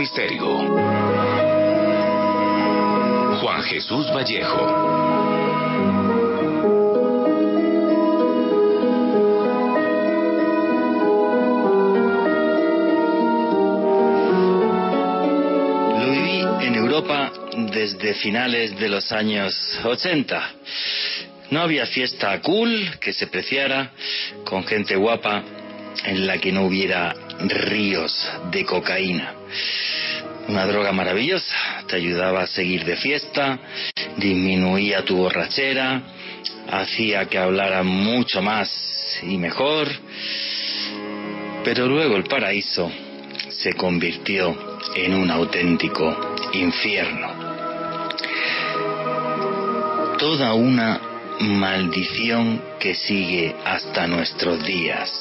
Misterio. Juan Jesús Vallejo. Lo viví en Europa desde finales de los años 80. No había fiesta cool que se preciara, con gente guapa, en la que no hubiera ríos de cocaína. Una droga maravillosa, te ayudaba a seguir de fiesta, disminuía tu borrachera, hacía que hablara mucho más y mejor, pero luego el paraíso se convirtió en un auténtico infierno. Toda una maldición que sigue hasta nuestros días.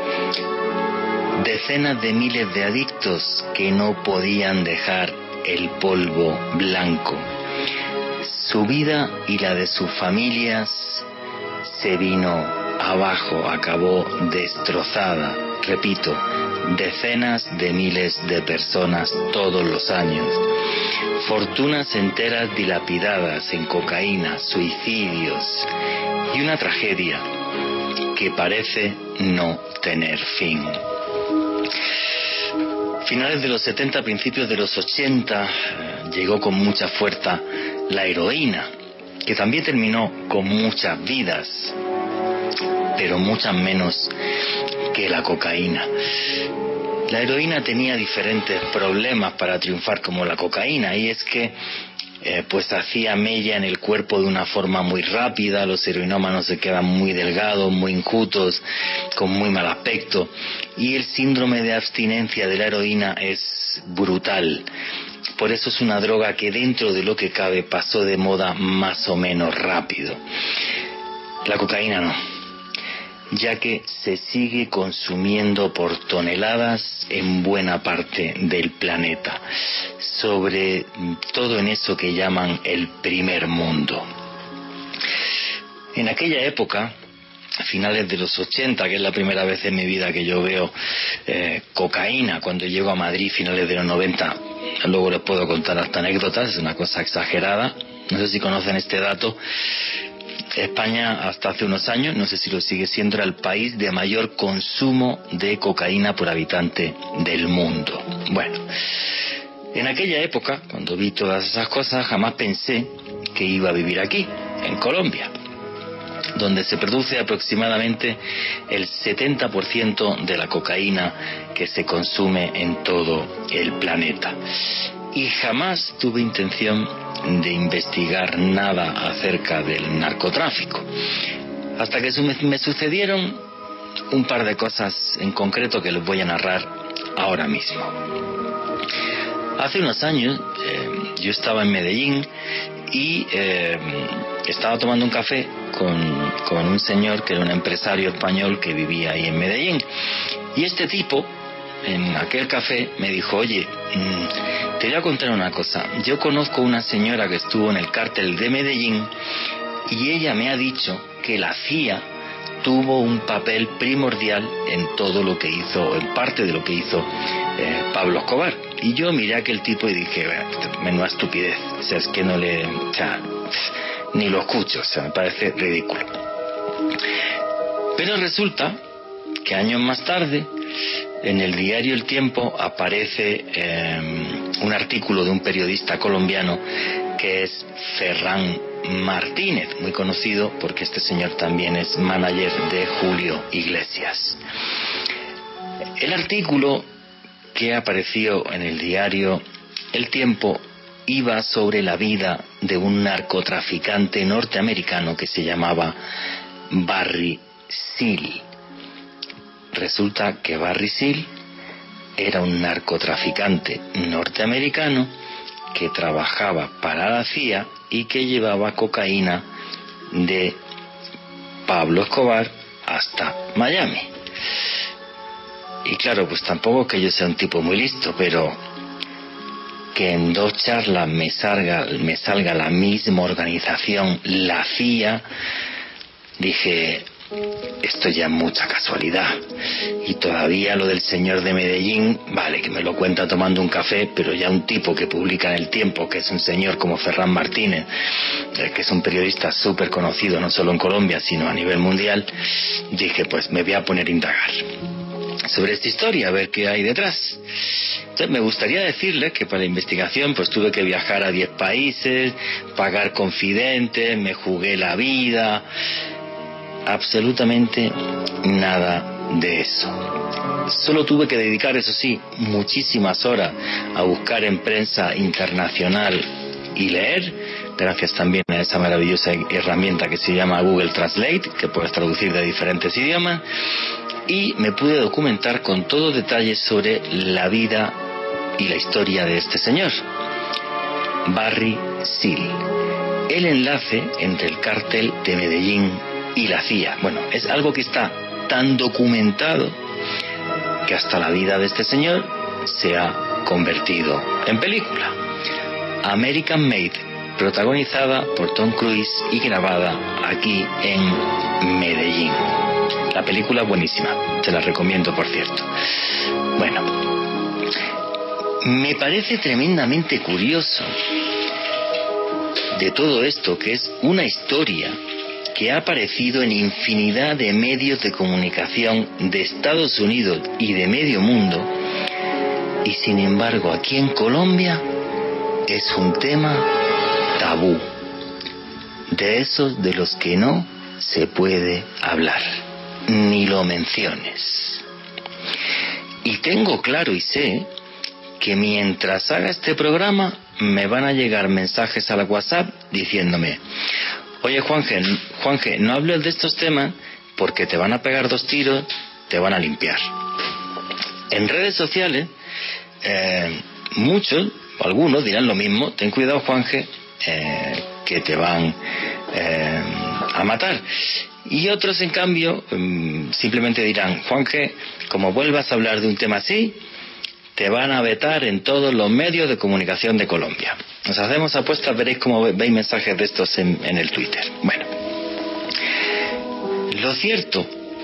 Decenas de miles de adictos que no podían dejar el polvo blanco. Su vida y la de sus familias se vino abajo, acabó destrozada. Repito, decenas de miles de personas todos los años. Fortunas enteras dilapidadas en cocaína, suicidios y una tragedia que parece no tener fin. Finales de los 70, principios de los 80, llegó con mucha fuerza la heroína, que también terminó con muchas vidas, pero muchas menos que la cocaína. La heroína tenía diferentes problemas para triunfar como la cocaína, y es que pues hacía mella en el cuerpo de una forma muy rápida. Los heroinómanos se quedan muy delgados, muy enjutos, con muy mal aspecto, y el síndrome de abstinencia de la heroína es brutal. Por eso es una droga que dentro de lo que cabe pasó de moda más o menos rápido. La cocaína no, ya que se sigue consumiendo por toneladas en buena parte del planeta, sobre todo en eso que llaman el primer mundo. En aquella época, a finales de los 80, que es la primera vez en mi vida que yo veo cocaína, cuando llego a Madrid, finales de los 90, luego les puedo contar hasta anécdotas, es una cosa exagerada. No sé si conocen este dato. España, hasta hace unos años, no sé si lo sigue siendo, era el país de mayor consumo de cocaína por habitante del mundo. Bueno, en aquella época, cuando vi todas esas cosas, jamás pensé que iba a vivir aquí, en Colombia, donde se produce aproximadamente el 70% de la cocaína que se consume en todo el planeta. Y jamás tuve intención de investigar nada acerca del narcotráfico, hasta que me sucedieron un par de cosas en concreto que les voy a narrar ahora mismo. Hace unos años yo estaba en Medellín y estaba tomando un café con un señor que era un empresario español que vivía ahí en Medellín, y este tipo en aquel café me dijo: oye, te voy a contar una cosa. Yo conozco una señora que estuvo en el cártel de Medellín y ella me ha dicho que la CIA tuvo un papel primordial en todo lo que hizo, en parte de lo que hizo Pablo Escobar. Y yo miré a aquel tipo y dije: menuda estupidez, o sea, es que no le... o sea, ni lo escucho, o sea, me parece ridículo. Pero resulta que años más tarde, en el diario El Tiempo aparece un artículo de un periodista colombiano que es Ferran Martínez, muy conocido porque este señor también es manager de Julio Iglesias. El artículo que apareció en el diario El Tiempo iba sobre la vida de un narcotraficante norteamericano que se llamaba Barry Seal. Resulta que Barry Seal era un narcotraficante norteamericano que trabajaba para la CIA y que llevaba cocaína de Pablo Escobar hasta Miami. Y claro, pues tampoco es que yo sea un tipo muy listo, pero que en dos charlas me salga la misma organización, la CIA, dije: esto ya es mucha casualidad. Y todavía lo del señor de Medellín, vale, que me lo cuenta tomando un café, pero ya un tipo que publica en El Tiempo, que es un señor como Ferran Martínez, que es un periodista súper conocido, no solo en Colombia, sino a nivel mundial, dije, pues me voy a poner a indagar sobre esta historia, a ver qué hay detrás. Entonces, me gustaría decirles que para la investigación pues tuve que viajar a 10 países, pagar confidentes, me jugué la vida, absolutamente nada de eso. Solo tuve que dedicar, eso sí, muchísimas horas a buscar en prensa internacional y leer, gracias también a esa maravillosa herramienta que se llama Google Translate, que puedes traducir de diferentes idiomas, y me pude documentar con todo detalle sobre la vida y la historia de este señor, Barry Seal, el enlace entre el cártel de Medellín y la CIA. Bueno, es algo que está tan documentado que hasta la vida de este señor se ha convertido en película. American Made, protagonizada por Tom Cruise y grabada aquí en Medellín. La película es buenísima, te la recomiendo, por cierto. Bueno, me parece tremendamente curioso de todo esto, que es una historia que ha aparecido en infinidad de medios de comunicación de Estados Unidos y de medio mundo, y sin embargo aquí en Colombia es un tema tabú, de esos de los que no se puede hablar, ni lo menciones. Y tengo claro y sé que mientras haga este programa me van a llegar mensajes a la WhatsApp diciéndome: oye Juanje, no hables de estos temas porque te van a pegar 2 tiros, te van a limpiar. En redes sociales muchos, algunos dirán lo mismo: ten cuidado, Juanje, que te van a matar. Y otros, en cambio, simplemente dirán: Juanje, como vuelvas a hablar de un tema así, te van a vetar en todos los medios de comunicación de Colombia. Nos hacemos apuestas, veréis cómo veis mensajes de estos en el Twitter. Bueno, lo cierto,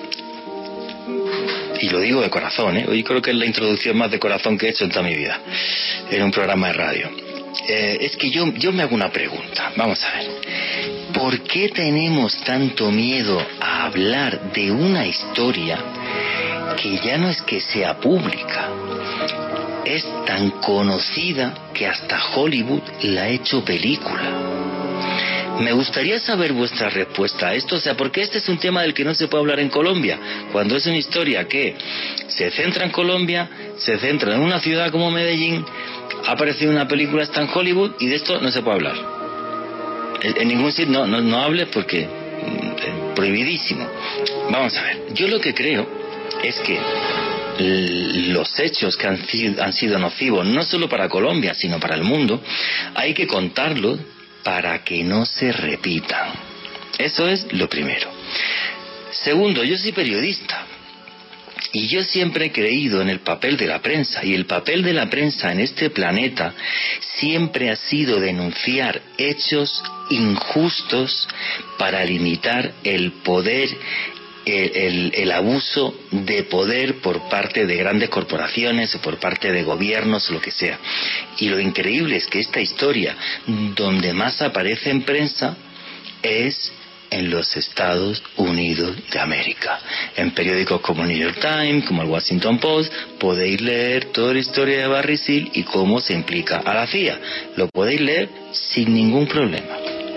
y lo digo de corazón, hoy creo que es la introducción más de corazón que he hecho en toda mi vida en un programa de radio, es que yo me hago una pregunta. Vamos a ver, ¿por qué tenemos tanto miedo a hablar de una historia que ya no es que sea pública, es tan conocida que hasta Hollywood la ha hecho película? Me gustaría saber vuestra respuesta a esto. O sea, ¿por qué este es un tema del que no se puede hablar en Colombia, cuando es una historia que se centra en Colombia, se centra en una ciudad como Medellín, ha aparecido una película, está en Hollywood, y de esto no se puede hablar? En ningún sitio, no hables porque prohibidísimo. Vamos a ver, yo lo que creo es que los hechos que han sido nocivos no solo para Colombia sino para el mundo, hay que contarlos para que no se repitan. Eso es lo primero. Segundo, yo soy periodista y yo siempre he creído en el papel de la prensa, y el papel de la prensa en este planeta siempre ha sido denunciar hechos injustos para limitar el poder, el abuso de poder por parte de grandes corporaciones o por parte de gobiernos o lo que sea. Y lo increíble es que esta historia, donde más aparece en prensa, es en los Estados Unidos de América. En periódicos como el New York Times, como el Washington Post, podéis leer toda la historia de Barry Seal y cómo se implica a la CIA. Lo podéis leer sin ningún problema.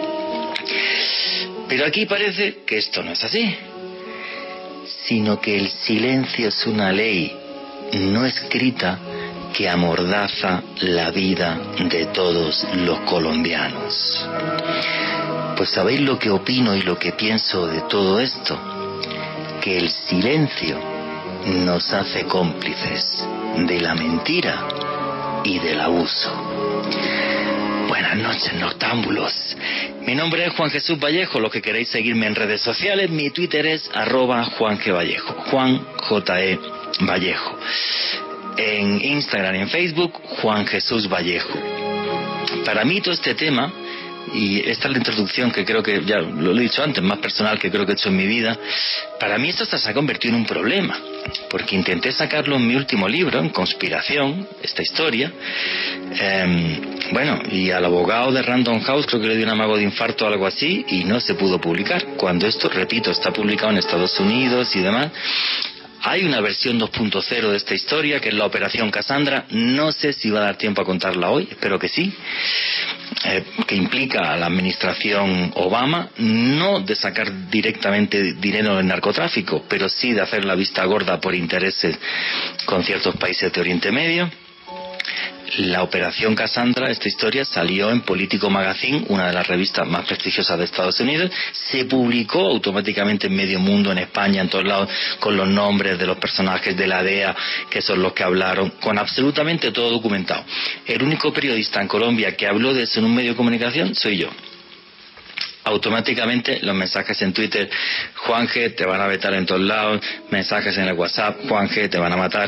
Pero aquí parece que esto no es así, sino que el silencio es una ley no escrita que amordaza la vida de todos los colombianos. Pues ¿sabéis lo que opino y lo que pienso de todo esto? Que el silencio nos hace cómplices de la mentira y del abuso. Buenas noches, noctámbulos. Mi nombre es Juan Jesús Vallejo. Los que queréis seguirme en redes sociales, mi Twitter es @JuanGVallejo, Juan J.E. Vallejo. En Instagram y en Facebook, Juan Jesús Vallejo. Para mí todo este tema y esta es la introducción que creo que, ya lo he dicho antes, más personal que creo que he hecho en mi vida. Para mí esto se ha convertido en un problema, porque intenté sacarlo en mi último libro, en Conspiración, esta historia. Bueno, y al abogado de Random House creo que le dio un amago de infarto o algo así, y no se pudo publicar. Cuando esto, repito, está publicado en Estados Unidos y demás. Hay una versión 2.0 de esta historia, que es la Operación Cassandra. No sé si va a dar tiempo a contarla hoy, espero que sí. Que implica a la administración Obama, no de sacar directamente dinero del narcotráfico, pero sí de hacer la vista gorda por intereses con ciertos países de Oriente Medio. La Operación Cassandra, esta historia, salió en Politico Magazine, una de las revistas más prestigiosas de Estados Unidos. Se publicó automáticamente en medio mundo, en España, en todos lados, con los nombres de los personajes de la DEA, que son los que hablaron, con absolutamente todo documentado. El único periodista en Colombia que habló de eso en un medio de comunicación soy yo. Automáticamente los mensajes en Twitter: Juanje, te van a vetar en todos lados. Mensajes en el WhatsApp: Juanje, te van a matar.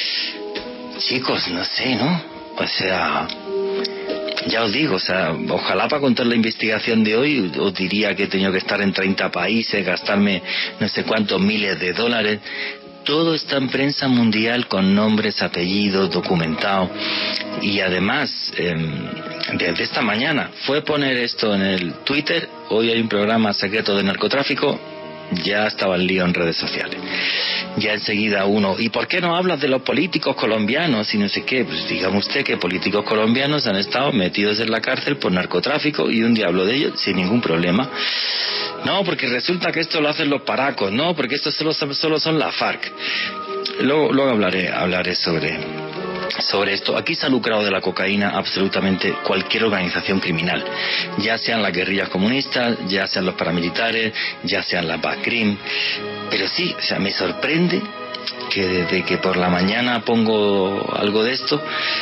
Chicos, no sé, ¿no? O sea, ya os digo, o sea, ojalá para contar la investigación de hoy os diría que he tenido que estar en 30 países, gastarme no sé cuántos miles de dólares. Todo está en prensa mundial con nombres, apellidos, documentado. Y además, desde esta mañana fue poner esto en el Twitter. Hoy hay un programa secreto de narcotráfico. Ya estaba el lío en redes sociales. Ya enseguida uno: ¿y por qué no hablas de los políticos colombianos y no sé qué? Pues dígame usted que políticos colombianos han estado metidos en la cárcel por narcotráfico y un día hablo de ellos sin ningún problema. No, porque resulta que esto lo hacen los paracos. No, porque esto solo son la FARC. Luego hablaré sobre esto. Aquí se ha lucrado de la cocaína absolutamente cualquier organización criminal, ya sean las guerrillas comunistas, ya sean los paramilitares, ya sean las BACRIM. Pero sí, o sea, me sorprende que desde que por la mañana pongo algo de esto,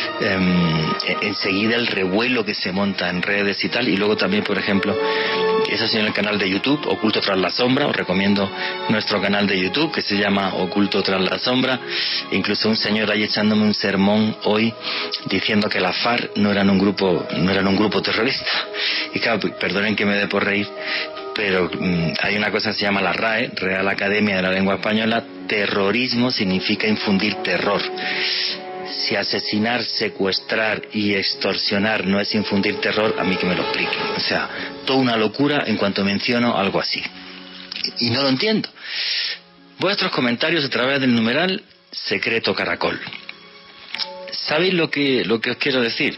enseguida el revuelo que se monta en redes y tal. Y luego también, por ejemplo, eso sí, en el canal de YouTube, Oculto tras la sombra. Os recomiendo nuestro canal de YouTube, que se llama Oculto tras la sombra. Incluso un señor ahí echándome un sermón hoy diciendo que la FARC no eran un grupo terrorista. Y claro, perdonen que me dé por reír, pero hay una cosa que se llama la RAE, Real Academia de la Lengua Española. Terrorismo significa infundir terror. Si asesinar, secuestrar y extorsionar no es infundir terror, a mí que me lo expliquen. O sea, toda una locura en cuanto menciono algo así. Y no lo entiendo. Vuestros comentarios a través del numeral Secreto Caracol. ¿Sabéis lo que os quiero decir?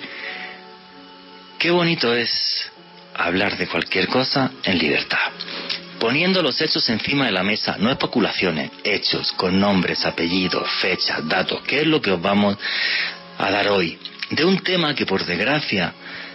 Qué bonito es hablar de cualquier cosa en libertad, poniendo los hechos encima de la mesa, no especulaciones, hechos con nombres, apellidos, fechas, datos. ¿Qué es lo que os vamos a dar hoy? De un tema que, por desgracia,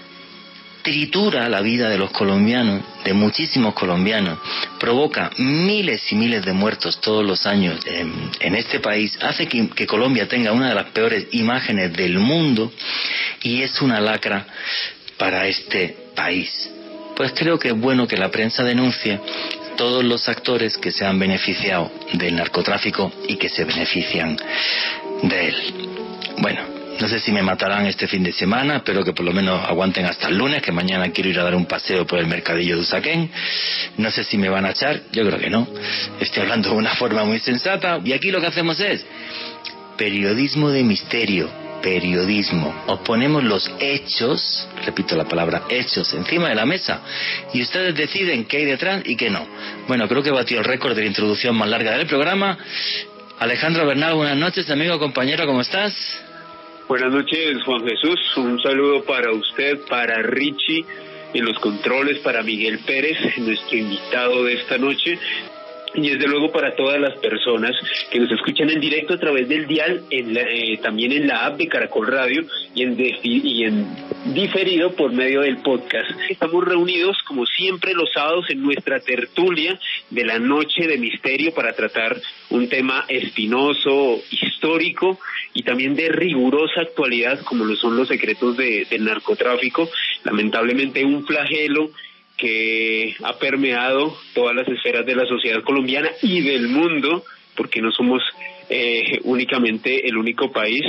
tritura la vida de los colombianos, de muchísimos colombianos, provoca miles y miles de muertos todos los años en este país, hace que Colombia tenga una de las peores imágenes del mundo y es una lacra para este país. Pues creo que es bueno que la prensa denuncie todos los actores que se han beneficiado del narcotráfico y que se benefician de él. Bueno, no sé si me matarán este fin de semana, espero que por lo menos aguanten hasta el lunes, que mañana quiero ir a dar un paseo por el mercadillo de Usaquén. No sé si me van a echar, yo creo que no. Estoy hablando de una forma muy sensata. Y aquí lo que hacemos es periodismo de misterio. Periodismo. Os ponemos los hechos, repito la palabra hechos, encima de la mesa y ustedes deciden qué hay detrás y qué no. Bueno, creo que batió el récord de la introducción más larga del programa. Alejandro Bernal, buenas noches, amigo, compañero, ¿cómo estás? Buenas noches, Juan Jesús. Un saludo para usted, para Richie en los controles, para Miguel Pérez, nuestro invitado de esta noche. Y desde luego para todas las personas que nos escuchan en directo a través del dial, también en la app de Caracol Radio y en diferido por medio del podcast. Estamos reunidos como siempre los sábados en nuestra tertulia de la noche de misterio para tratar un tema espinoso, histórico y también de rigurosa actualidad como lo son los secretos del narcotráfico. Lamentablemente un flagelo que ha permeado todas las esferas de la sociedad colombiana y del mundo, porque no somos únicamente el único país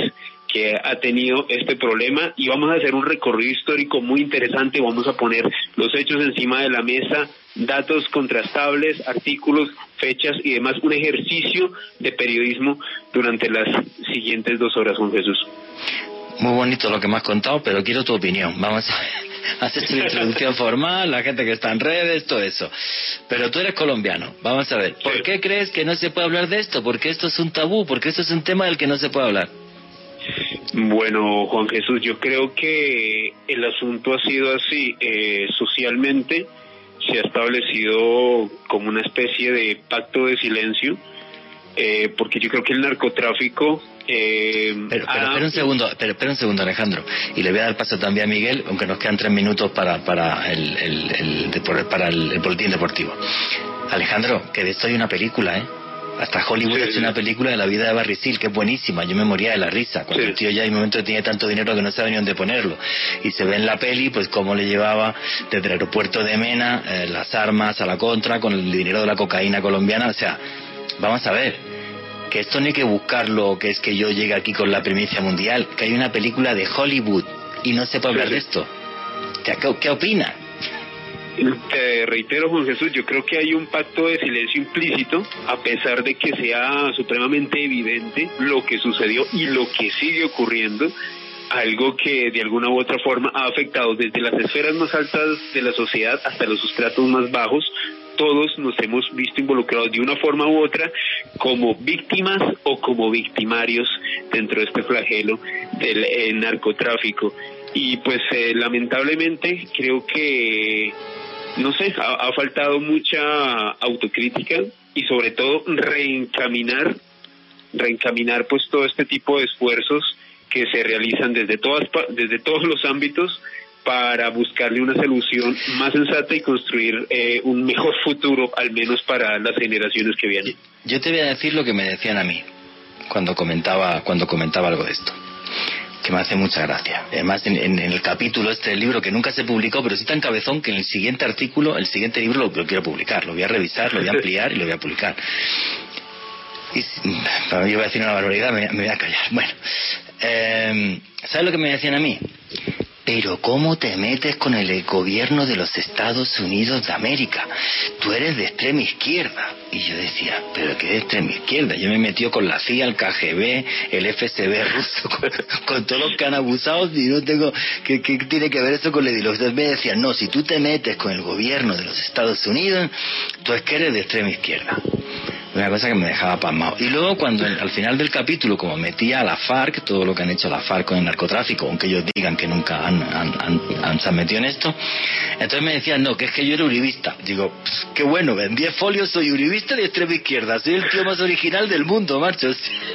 que ha tenido este problema, y vamos a hacer un recorrido histórico muy interesante. Vamos a poner los hechos encima de la mesa, datos contrastables, artículos, fechas y demás, un ejercicio de periodismo durante las siguientes 2 horas, Juan Jesús. Muy bonito lo que me has contado, pero quiero tu opinión. Vamos a hacer tu introducción formal, la gente que está en redes, todo eso. Pero tú eres colombiano, vamos a ver. ¿Por qué crees que no se puede hablar de esto? ¿Por qué esto es un tabú? ¿Por qué esto es un tema del que no se puede hablar? Bueno, Juan Jesús, yo creo que el asunto ha sido así. Socialmente se ha establecido como una especie de pacto de silencio, porque yo creo que el narcotráfico... Pero espera un segundo, Alejandro, y le voy a dar paso también a Miguel, aunque nos quedan 3 minutos para el boletín deportivo. Alejandro, que de esto hay una película, hasta Hollywood ha hecho una película de la vida de Barry Seal, que es buenísima. Yo me moría de la risa cuando el tío ya hay un momento que tiene tanto dinero que no sabe ni dónde ponerlo, y se ve en la peli pues cómo le llevaba desde el aeropuerto de Mena las armas a la contra con el dinero de la cocaína colombiana. O sea, vamos a ver, que esto no hay que buscarlo, que es que yo llegue aquí con la primicia mundial, que hay una película de Hollywood y no se puede hablar de esto. ¿Qué opina? Te reitero, Juan Jesús, yo creo que hay un pacto de silencio implícito, a pesar de que sea supremamente evidente lo que sucedió y lo que sigue ocurriendo, algo que de alguna u otra forma ha afectado desde las esferas más altas de la sociedad hasta los sustratos más bajos. Todos nos hemos visto involucrados de una forma u otra como víctimas o como victimarios dentro de este flagelo del narcotráfico. Y pues lamentablemente creo que, no sé, ha faltado mucha autocrítica y sobre todo reencaminar pues todo este tipo de esfuerzos que se realizan desde todos los ámbitos para buscarle una solución más sensata y construir un mejor futuro, al menos para las generaciones que vienen. Yo te voy a decir lo que me decían a mí cuando comentaba algo de esto, que me hace mucha gracia. Además, en el capítulo del libro, que nunca se publicó, pero sí tan cabezón que en el siguiente libro lo quiero publicar, lo voy a revisar, lo voy a ampliar y lo voy a publicar. Y para mí, yo voy a decir una barbaridad, me voy a callar. Bueno, ¿sabes lo que me decían a mí? Pero ¿cómo te metes con el gobierno de los Estados Unidos de América? Tú eres de extrema izquierda. Y yo decía, ¿pero qué de extrema izquierda? Yo me he metido con la CIA, el KGB, el FSB ruso, con todos los que han abusado, y no tengo... ¿Qué tiene que ver eso con la ideología? Ustedes me decían, no, si tú te metes con el gobierno de los Estados Unidos, tú es que eres de extrema izquierda. Una cosa que me dejaba pasmado. Y luego cuando al final del capítulo, como metía a la FARC, todo lo que han hecho la FARC con el narcotráfico, aunque ellos digan que nunca se han metido en esto, entonces me decían, no, que es que yo era uribista. Digo, qué bueno, en 10 folios soy uribista de extrema izquierda, soy el tío más original del mundo, macho.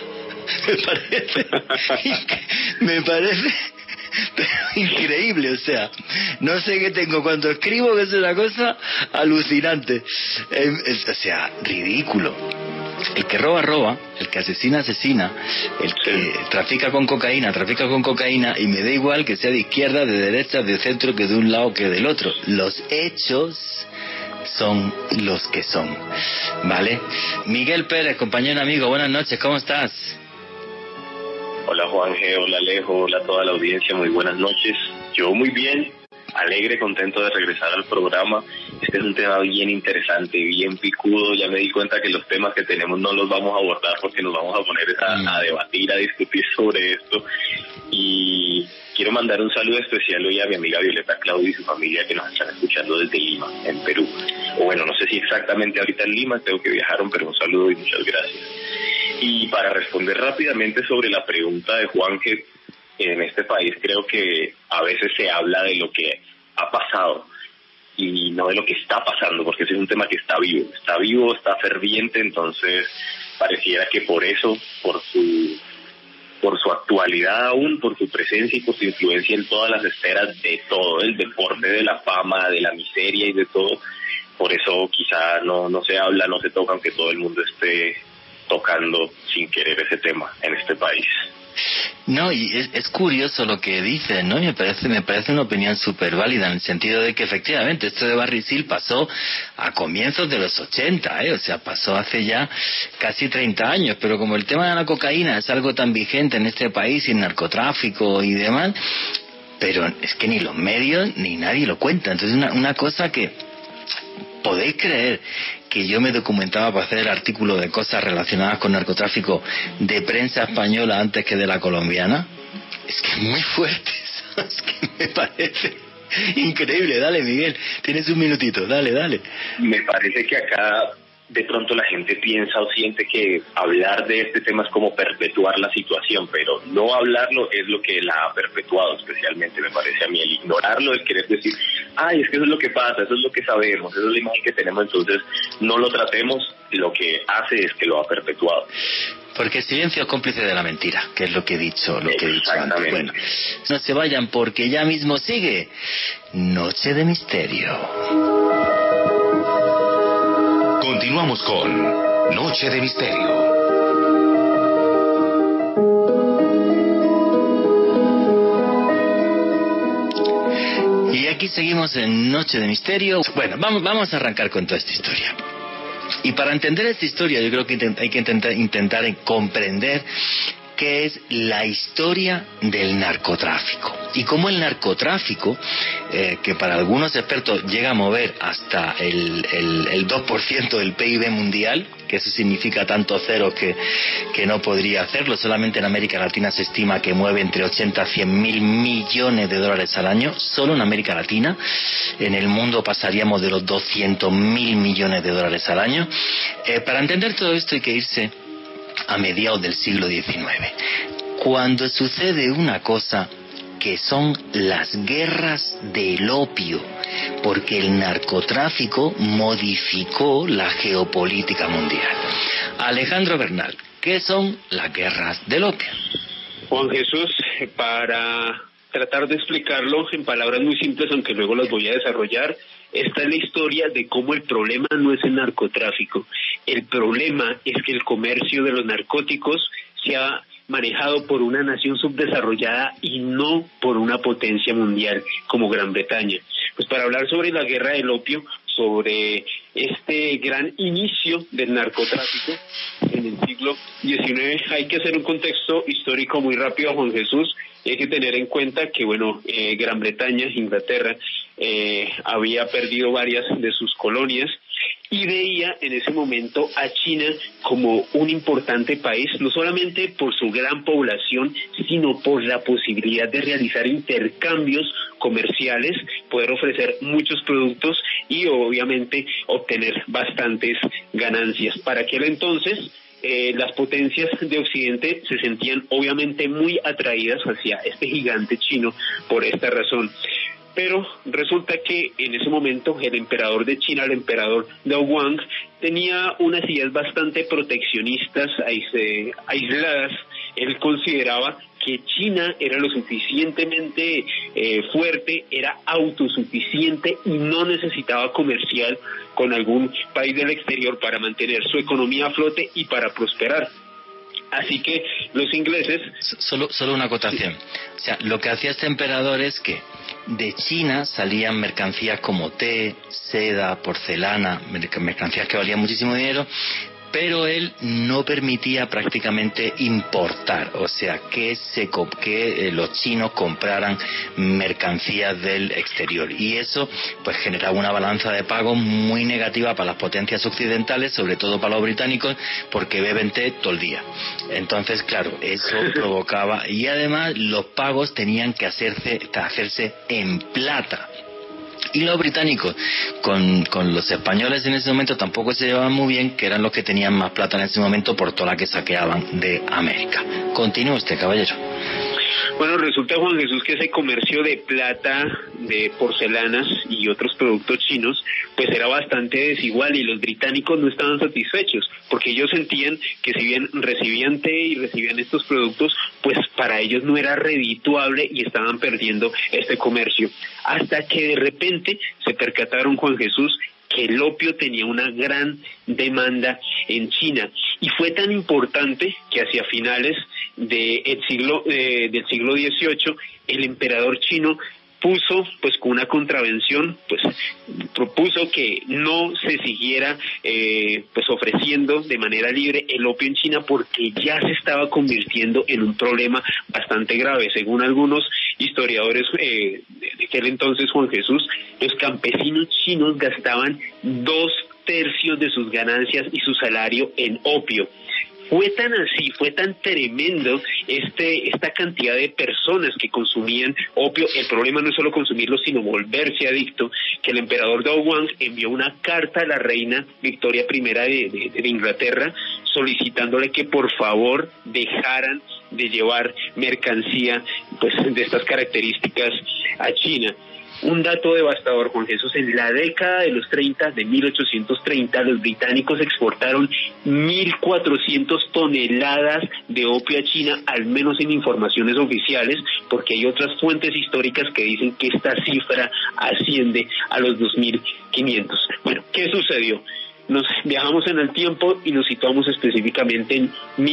Me parece pero increíble, o sea, no sé qué tengo cuando escribo, que es una cosa alucinante, o sea, ridículo. El que roba, el que asesina, el que trafica con cocaína, y me da igual que sea de izquierda, de derecha, de centro, que de un lado que del otro. Los hechos son los que son, ¿vale? Miguel Pérez, compañero amigo, buenas noches, ¿cómo estás? Hola Juanje, hola Alejo, hola a toda la audiencia, muy buenas noches. Yo muy bien, alegre, contento de regresar al programa. Este es un tema bien interesante, bien picudo. Ya me di cuenta que los temas que tenemos no los vamos a abordar porque nos vamos a poner a debatir, a discutir sobre esto. Y quiero mandar un saludo especial hoy a mi amiga Violeta Claudio y su familia que nos están escuchando desde Lima, en Perú. O bueno, no sé si exactamente ahorita en Lima, creo que viajaron, pero un saludo y muchas gracias. Y para responder rápidamente sobre la pregunta de Juan, que en este país creo que a veces se habla de lo que ha pasado y no de lo que está pasando, porque ese es un tema que está vivo, está ferviente, entonces pareciera que por eso, por su actualidad aún, por su presencia y por su influencia en todas las esferas de todo, el deporte, de la fama, de la miseria y de todo, por eso quizá no se habla, no se toca, aunque todo el mundo esté tocando sin querer ese tema en este país. No, y es curioso lo que dices, ¿no? Y me parece una opinión súper válida, en el sentido de que efectivamente esto de Barry Seal pasó a comienzos de los 80, o sea, pasó hace ya casi 30 años, pero como el tema de la cocaína es algo tan vigente en este país, y el narcotráfico y demás, pero es que ni los medios ni nadie lo cuenta. Entonces una cosa que podéis creer que yo me documentaba para hacer el artículo de cosas relacionadas con narcotráfico de prensa española antes que de la colombiana. Es que es muy fuerte, es que me parece increíble. Dale, Miguel, tienes un minutito, dale. Me parece que acá de pronto la gente piensa o siente que hablar de este tema es como perpetuar la situación, pero no hablarlo es lo que la ha perpetuado, especialmente me parece a mí. El ignorarlo, el querer decir, ay, es que eso es lo que pasa, eso es lo que sabemos, eso es la imagen que tenemos, entonces no lo tratemos, lo que hace es que lo ha perpetuado. Porque el silencio es cómplice de la mentira, que es lo que he dicho antes. Bueno, no se vayan porque ya mismo sigue Noche de Misterio. Continuamos con Noche de Misterio. Y aquí seguimos en Noche de Misterio. Bueno, vamos a arrancar con toda esta historia. Y para entender esta historia yo creo que hay que intentar comprender qué es la historia del narcotráfico y cómo el narcotráfico, que para algunos expertos llega a mover hasta el 2% del PIB mundial, que eso significa tantos ceros que no podría hacerlo. Solamente en América Latina se estima que mueve entre 80 a 100 mil millones de dólares al año, solo en América Latina. En el mundo pasaríamos de los 200 mil millones de dólares al año. Para entender todo esto hay que irse a mediados del siglo XIX, cuando sucede una cosa que son las guerras del opio, porque el narcotráfico modificó la geopolítica mundial. Alejandro Bernal, ¿qué son las guerras del opio? Juan Jesús, para tratar de explicarlo en palabras muy simples, aunque luego las voy a desarrollar, esta es la historia de cómo el problema no es el narcotráfico. El problema es que el comercio de los narcóticos se ha manejado por una nación subdesarrollada y no por una potencia mundial como Gran Bretaña. Pues para hablar sobre la guerra del opio, sobre este gran inicio del narcotráfico en el siglo XIX, hay que hacer un contexto histórico muy rápido, Juan Jesús. Hay que tener en cuenta que, Gran Bretaña, Inglaterra, había perdido varias de sus colonias y veía en ese momento a China como un importante país, no solamente por su gran población, sino por la posibilidad de realizar intercambios comerciales, poder ofrecer muchos productos y obviamente obtener bastantes ganancias. Para aquel entonces, las potencias de Occidente se sentían obviamente muy atraídas hacia este gigante chino por esta razón. Pero resulta que en ese momento el emperador de China, el emperador Dao Wang, tenía unas ideas bastante proteccionistas, aisladas. Él consideraba que China era lo suficientemente fuerte, era autosuficiente y no necesitaba comerciar con algún país del exterior para mantener su economía a flote y para prosperar. Así que los ingleses... Solo una acotación. O sea, lo que hacía este emperador es que de China salían mercancías como té, seda, porcelana, mercancías que valían muchísimo dinero, pero él no permitía prácticamente importar, o sea, que los chinos compraran mercancías del exterior, y eso pues generaba una balanza de pagos muy negativa para las potencias occidentales, sobre todo para los británicos, porque beben té todo el día. Entonces, claro, eso provocaba, y además los pagos tenían que hacerse en plata. Y los británicos con los españoles en ese momento tampoco se llevaban muy bien, que eran los que tenían más plata en ese momento por toda la que saqueaban de América. Continúe usted, caballero. Bueno, resulta, Juan Jesús, que ese comercio de plata, de porcelanas y otros productos chinos, pues era bastante desigual y los británicos no estaban satisfechos, porque ellos sentían que si bien recibían té y recibían estos productos, pues para ellos no era redituable y estaban perdiendo este comercio. Hasta que de repente se percataron, Juan Jesús, que el opio tenía una gran demanda en China, y fue tan importante que hacia finales del siglo XVIII el emperador chino puso, pues con una contravención, pues propuso que no se siguiera pues ofreciendo de manera libre el opio en China, porque ya se estaba convirtiendo en un problema bastante grave. Según algunos historiadores de aquel entonces, Juan Jesús, los campesinos chinos gastaban 2/3 de sus ganancias y su salario en opio. Fue tan así, fue tan tremendo esta cantidad de personas que consumían opio. El problema no es solo consumirlo, sino volverse adicto, que el emperador Dao Wang envió una carta a la reina Victoria I de Inglaterra, solicitándole que por favor dejaran de llevar mercancía pues de estas características a China. Un dato devastador, Juan Jesús: en la década de los 30, de 1830, los británicos exportaron 1.400 toneladas de opio a China, al menos en informaciones oficiales, porque hay otras fuentes históricas que dicen que esta cifra asciende a los 2.500. Bueno, ¿qué sucedió? Nos viajamos en el tiempo y nos situamos específicamente en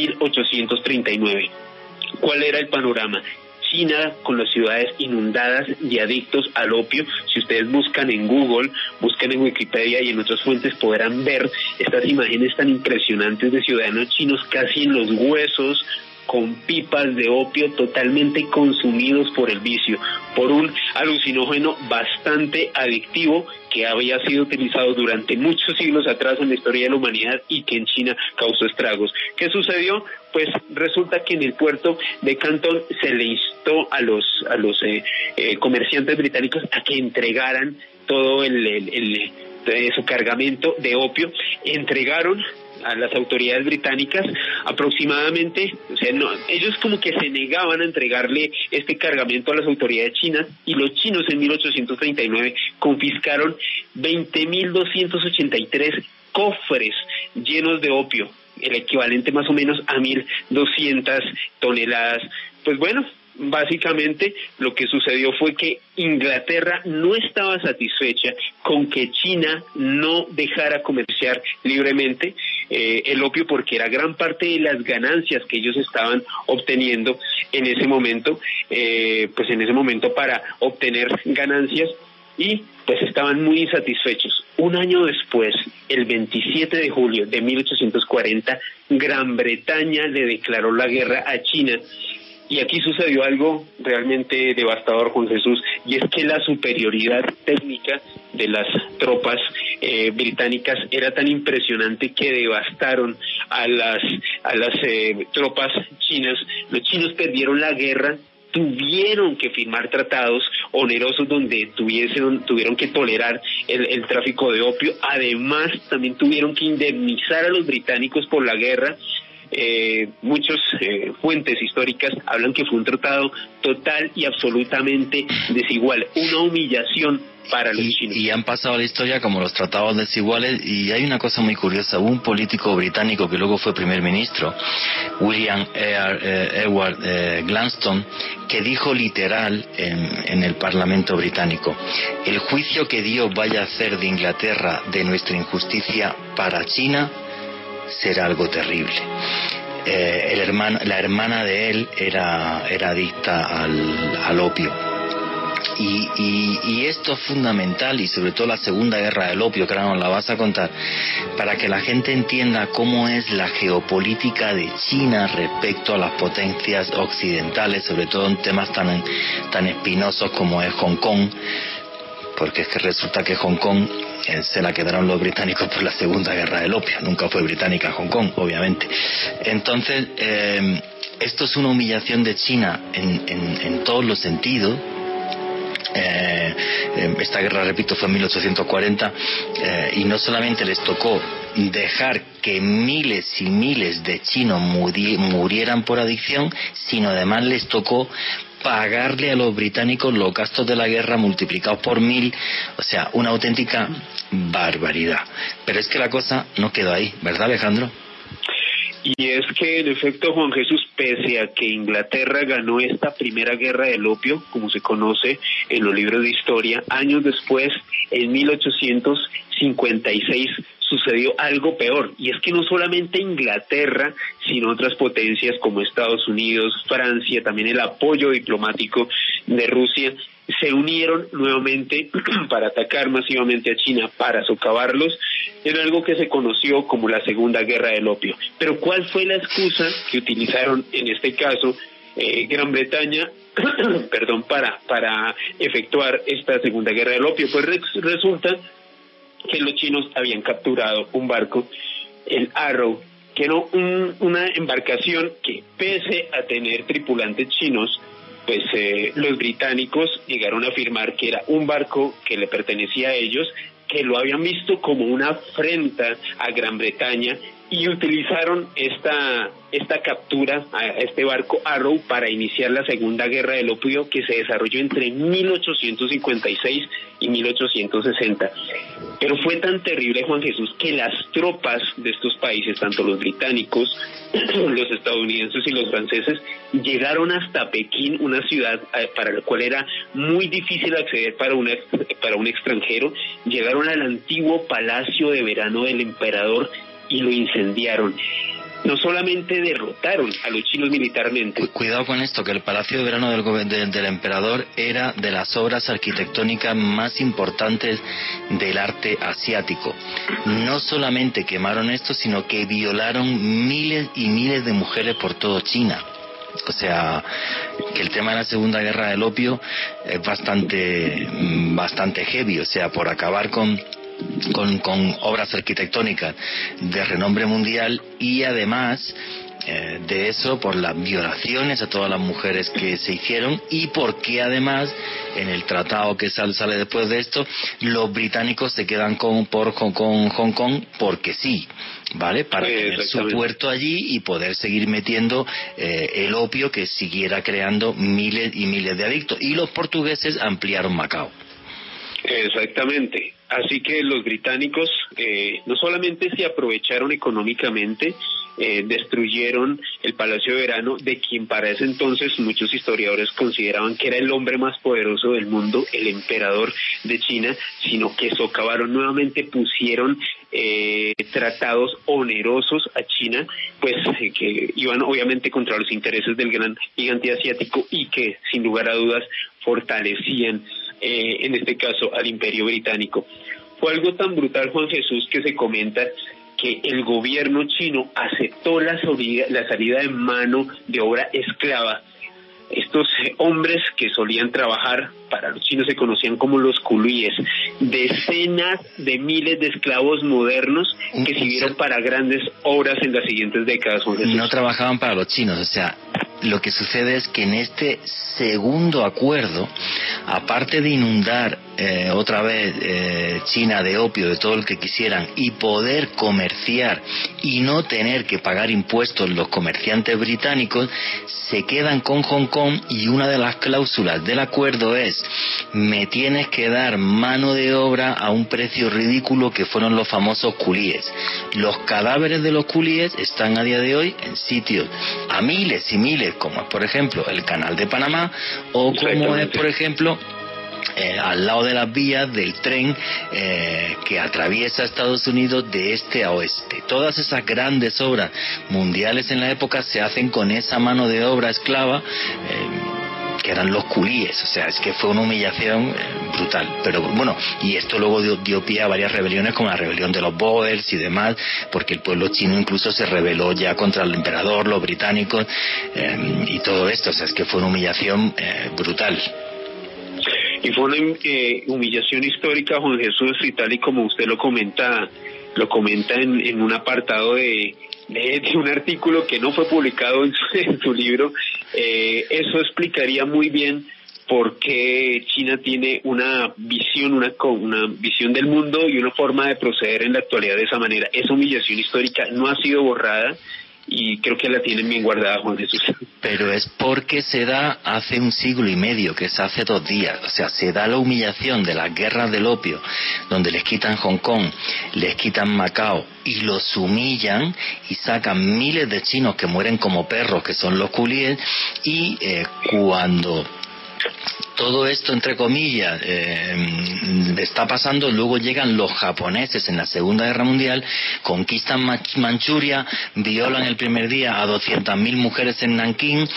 1839. ¿Cuál era el panorama? China con las ciudades inundadas de adictos al opio. Si ustedes buscan en Google, buscan en Wikipedia y en otras fuentes, podrán ver estas imágenes tan impresionantes de ciudadanos chinos casi en los huesos, con pipas de opio, totalmente consumidos por el vicio, por un alucinógeno bastante adictivo que había sido utilizado durante muchos siglos atrás en la historia de la humanidad y que en China causó estragos. ¿Qué sucedió? Pues resulta que en el puerto de Cantón se le instó a los comerciantes británicos a que entregaran todo su cargamento de opio. Entregaron a las autoridades británicas aproximadamente, ellos como que se negaban a entregarle este cargamento a las autoridades chinas, y los chinos en 1839 confiscaron 20.283 cofres llenos de opio, el equivalente más o menos a 1.200 toneladas. Pues bueno, básicamente lo que sucedió fue que Inglaterra no estaba satisfecha con que China no dejara comerciar libremente el opio, porque era gran parte de las ganancias que ellos estaban obteniendo en ese momento, para obtener ganancias, y pues estaban muy insatisfechos. Un año después, el 27 de julio de 1840, Gran Bretaña le declaró la guerra a China. Y aquí sucedió algo realmente devastador, Juan Jesús, y es que la superioridad técnica de las tropas británicas era tan impresionante que devastaron a las tropas chinas. Los chinos perdieron la guerra, tuvieron que firmar tratados onerosos donde tuvieron que tolerar el tráfico de opio. Además, también tuvieron que indemnizar a los británicos por la guerra. Muchas fuentes históricas hablan que fue un tratado total y absolutamente desigual, una humillación para los chinos. Y han pasado a la historia como los tratados desiguales. Y hay una cosa muy curiosa: hubo un político británico que luego fue primer ministro, William Ewart Gladstone, que dijo literal en el Parlamento británico: el juicio que Dios vaya a hacer de Inglaterra de nuestra injusticia para China será algo terrible. La hermana de él era adicta al opio. Y esto es fundamental, y sobre todo la Segunda Guerra del Opio, que ahora nos la vas a contar, para que la gente entienda cómo es la geopolítica de China respecto a las potencias occidentales, sobre todo en temas tan espinosos como es Hong Kong, porque es que resulta que Hong Kong se la quedaron los británicos por la Segunda Guerra del Opio. Nunca fue británica Hong Kong, obviamente. Entonces, esto es una humillación de China en todos los sentidos. Esta guerra, repito, fue en 1840, y no solamente les tocó dejar que miles y miles de chinos murieran por adicción, sino además les tocó pagarle a los británicos los gastos de la guerra multiplicados por 1000, o sea, una auténtica barbaridad. Pero es que la cosa no quedó ahí, ¿verdad, Alejandro? Y es que en efecto, Juan Jesús, pese a que Inglaterra ganó esta primera guerra del opio, como se conoce en los libros de historia, años después, en 1856, sucedió algo peor, y es que no solamente Inglaterra, sino otras potencias como Estados Unidos, Francia, también el apoyo diplomático de Rusia, se unieron nuevamente para atacar masivamente a China, para socavarlos, en algo que se conoció como la Segunda Guerra del Opio. Pero ¿cuál fue la excusa que utilizaron en este caso Gran Bretaña para efectuar esta Segunda Guerra del Opio? Pues resulta que los chinos habían capturado un barco, el Arrow, que era una embarcación que, pese a tener tripulantes chinos, pues los británicos llegaron a afirmar que era un barco que le pertenecía a ellos, que lo habían visto como una afrenta a Gran Bretaña, y utilizaron esta captura a este barco Arrow para iniciar la Segunda Guerra del Opio, que se desarrolló entre 1856 y 1860. Pero fue tan terrible, Juan Jesús, que las tropas de estos países, tanto los británicos, los estadounidenses y los franceses, llegaron hasta Pekín, una ciudad para la cual era muy difícil acceder para un extranjero. Llegaron al antiguo palacio de verano del emperador y lo incendiaron. No solamente derrotaron a los chinos militarmente. Cuidado con esto, que el Palacio de Verano del Emperador era de las obras arquitectónicas más importantes del arte asiático. No solamente quemaron esto, sino que violaron miles y miles de mujeres por todo China. O sea, que el tema de la Segunda Guerra del Opio es bastante heavy. O sea, por acabar con obras arquitectónicas de renombre mundial, y además de eso, por las violaciones a todas las mujeres que se hicieron, y porque además en el tratado que sale después de esto, los británicos se quedan con Hong Kong porque sí, ¿vale? Para tener su puerto allí y poder seguir metiendo el opio que siguiera creando miles y miles de adictos, y los portugueses ampliaron Macao. Exactamente. Así que los británicos no solamente se aprovecharon económicamente, destruyeron el Palacio de Verano, de quien para ese entonces muchos historiadores consideraban que era el hombre más poderoso del mundo, el emperador de China, sino que socavaron nuevamente, pusieron tratados onerosos a China, pues que iban obviamente contra los intereses del gran gigante asiático, y que sin lugar a dudas fortalecían en este caso al Imperio Británico. Fue algo tan brutal, Juan Jesús, que se comenta que el gobierno chino aceptó la salida de mano de obra esclava. Estos hombres que solían trabajar, para los chinos se conocían como los culíes, decenas de miles de esclavos modernos que sirvieron para grandes obras en las siguientes décadas, Juan Jesús. No trabajaban para los chinos, o sea, lo que sucede es que en este segundo acuerdo, aparte de inundar otra vez China de opio, de todo lo que quisieran, y poder comerciar y no tener que pagar impuestos los comerciantes británicos, se quedan con Hong Kong, y una de las cláusulas del acuerdo es: me tienes que dar mano de obra a un precio ridículo, que fueron los famosos culíes. Los cadáveres de los culíes están a día de hoy en sitios a miles y miles, como es por ejemplo el Canal de Panamá, o como es por ejemplo al lado de las vías del tren que atraviesa Estados Unidos de este a oeste. Todas esas grandes obras mundiales en la época se hacen con esa mano de obra esclava, que eran los culíes. O sea, es que fue una humillación brutal. Pero bueno, y esto luego dio pie a varias rebeliones, como la rebelión de los Boers y demás, porque el pueblo chino incluso se rebeló ya contra el emperador, los británicos, y todo esto. O sea, es que fue una humillación brutal. Y fue una humillación histórica, Juan Jesús, y tal y como usted lo comenta en un apartado de un artículo que no fue publicado en su libro. Eso explicaría muy bien por qué China tiene una visión del mundo y una forma de proceder en la actualidad de esa manera. Esa humillación histórica no ha sido borrada, y creo que la tienen bien guardada, Juan Jesús. Pero es porque se da hace 1 siglo y medio, que es hace 2 días. O sea, se da la humillación de las guerras del opio, donde les quitan Hong Kong, les quitan Macao y los humillan y sacan miles de chinos que mueren como perros, que son los culíes, y cuando todo esto, entre comillas, está pasando, luego llegan los japoneses en la Segunda Guerra Mundial, conquistan Manchuria, violan el primer día a 200.000 mujeres en Nankín,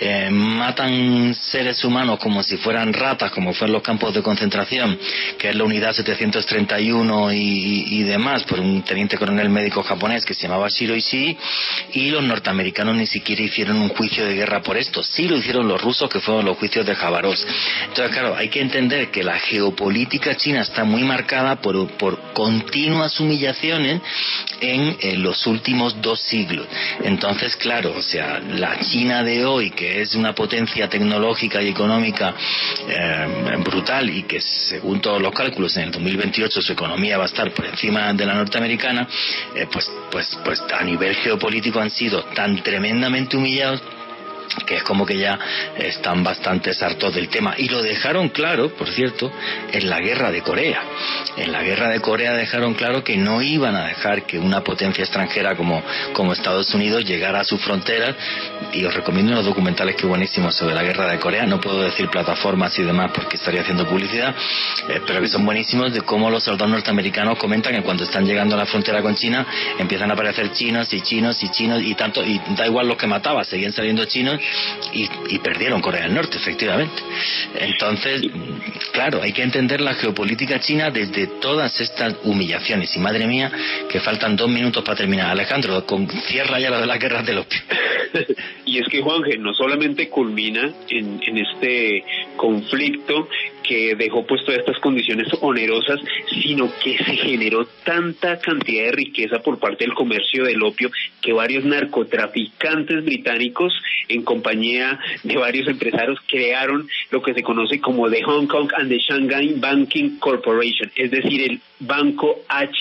matan seres humanos como si fueran ratas, como fueron los campos de concentración, que es la unidad 731 y demás, por un teniente coronel médico japonés que se llamaba Shiro Ishii, y los norteamericanos ni siquiera hicieron un juicio de guerra por esto. Sí lo hicieron los rusos, que fueron los juicios de Jabarovsk. Entonces, claro, hay que entender que la geopolítica china está muy marcada por continuas humillaciones en los últimos 2 siglos. Entonces, claro, o sea, la China de hoy, que es una potencia tecnológica y económica brutal, y que según todos los cálculos en el 2028 su economía va a estar por encima de la norteamericana, pues a nivel geopolítico han sido tan tremendamente humillados que es como que ya están bastante hartos del tema, y lo dejaron claro, por cierto, en la guerra de Corea. En la guerra de Corea dejaron claro que no iban a dejar que una potencia extranjera como Estados Unidos llegara a sus fronteras, y os recomiendo unos documentales que buenísimos sobre la guerra de Corea. No puedo decir plataformas y demás porque estaría haciendo publicidad, pero que son buenísimos, de cómo los soldados norteamericanos comentan que cuando están llegando a la frontera con China empiezan a aparecer chinos y tanto, y da igual los que mataba, seguían saliendo chinos, y perdieron Corea del Norte, efectivamente. Entonces, claro, hay que entender la geopolítica china desde todas estas humillaciones. Y madre mía, que faltan 2 minutos para terminar. Alejandro, cierra ya la de las guerras del opio. Y es que, Juanje, no solamente culmina en este conflicto que dejó pues todas estas condiciones onerosas, sino que se generó tanta cantidad de riqueza por parte del comercio del opio que varios narcotraficantes británicos, en compañía de varios empresarios, crearon lo que se conoce como The Hong Kong and the Shanghai Banking Corporation, es decir, el banco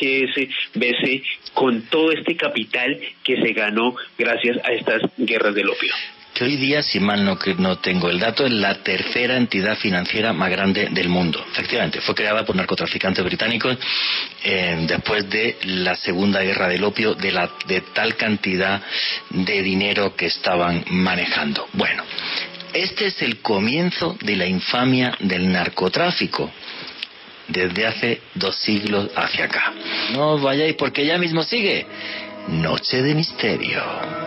HSBC, con todo este capital que se ganó gracias a estas guerras del opio. Que hoy día, si mal no tengo el dato, es la tercera entidad financiera más grande del mundo. Efectivamente, fue creada por narcotraficantes británicos después de la Segunda Guerra del Opio, de tal cantidad de dinero que estaban manejando. Bueno, este es el comienzo de la infamia del narcotráfico desde hace 2 siglos hacia acá. No os vayáis porque ya mismo sigue Noche de Misterio.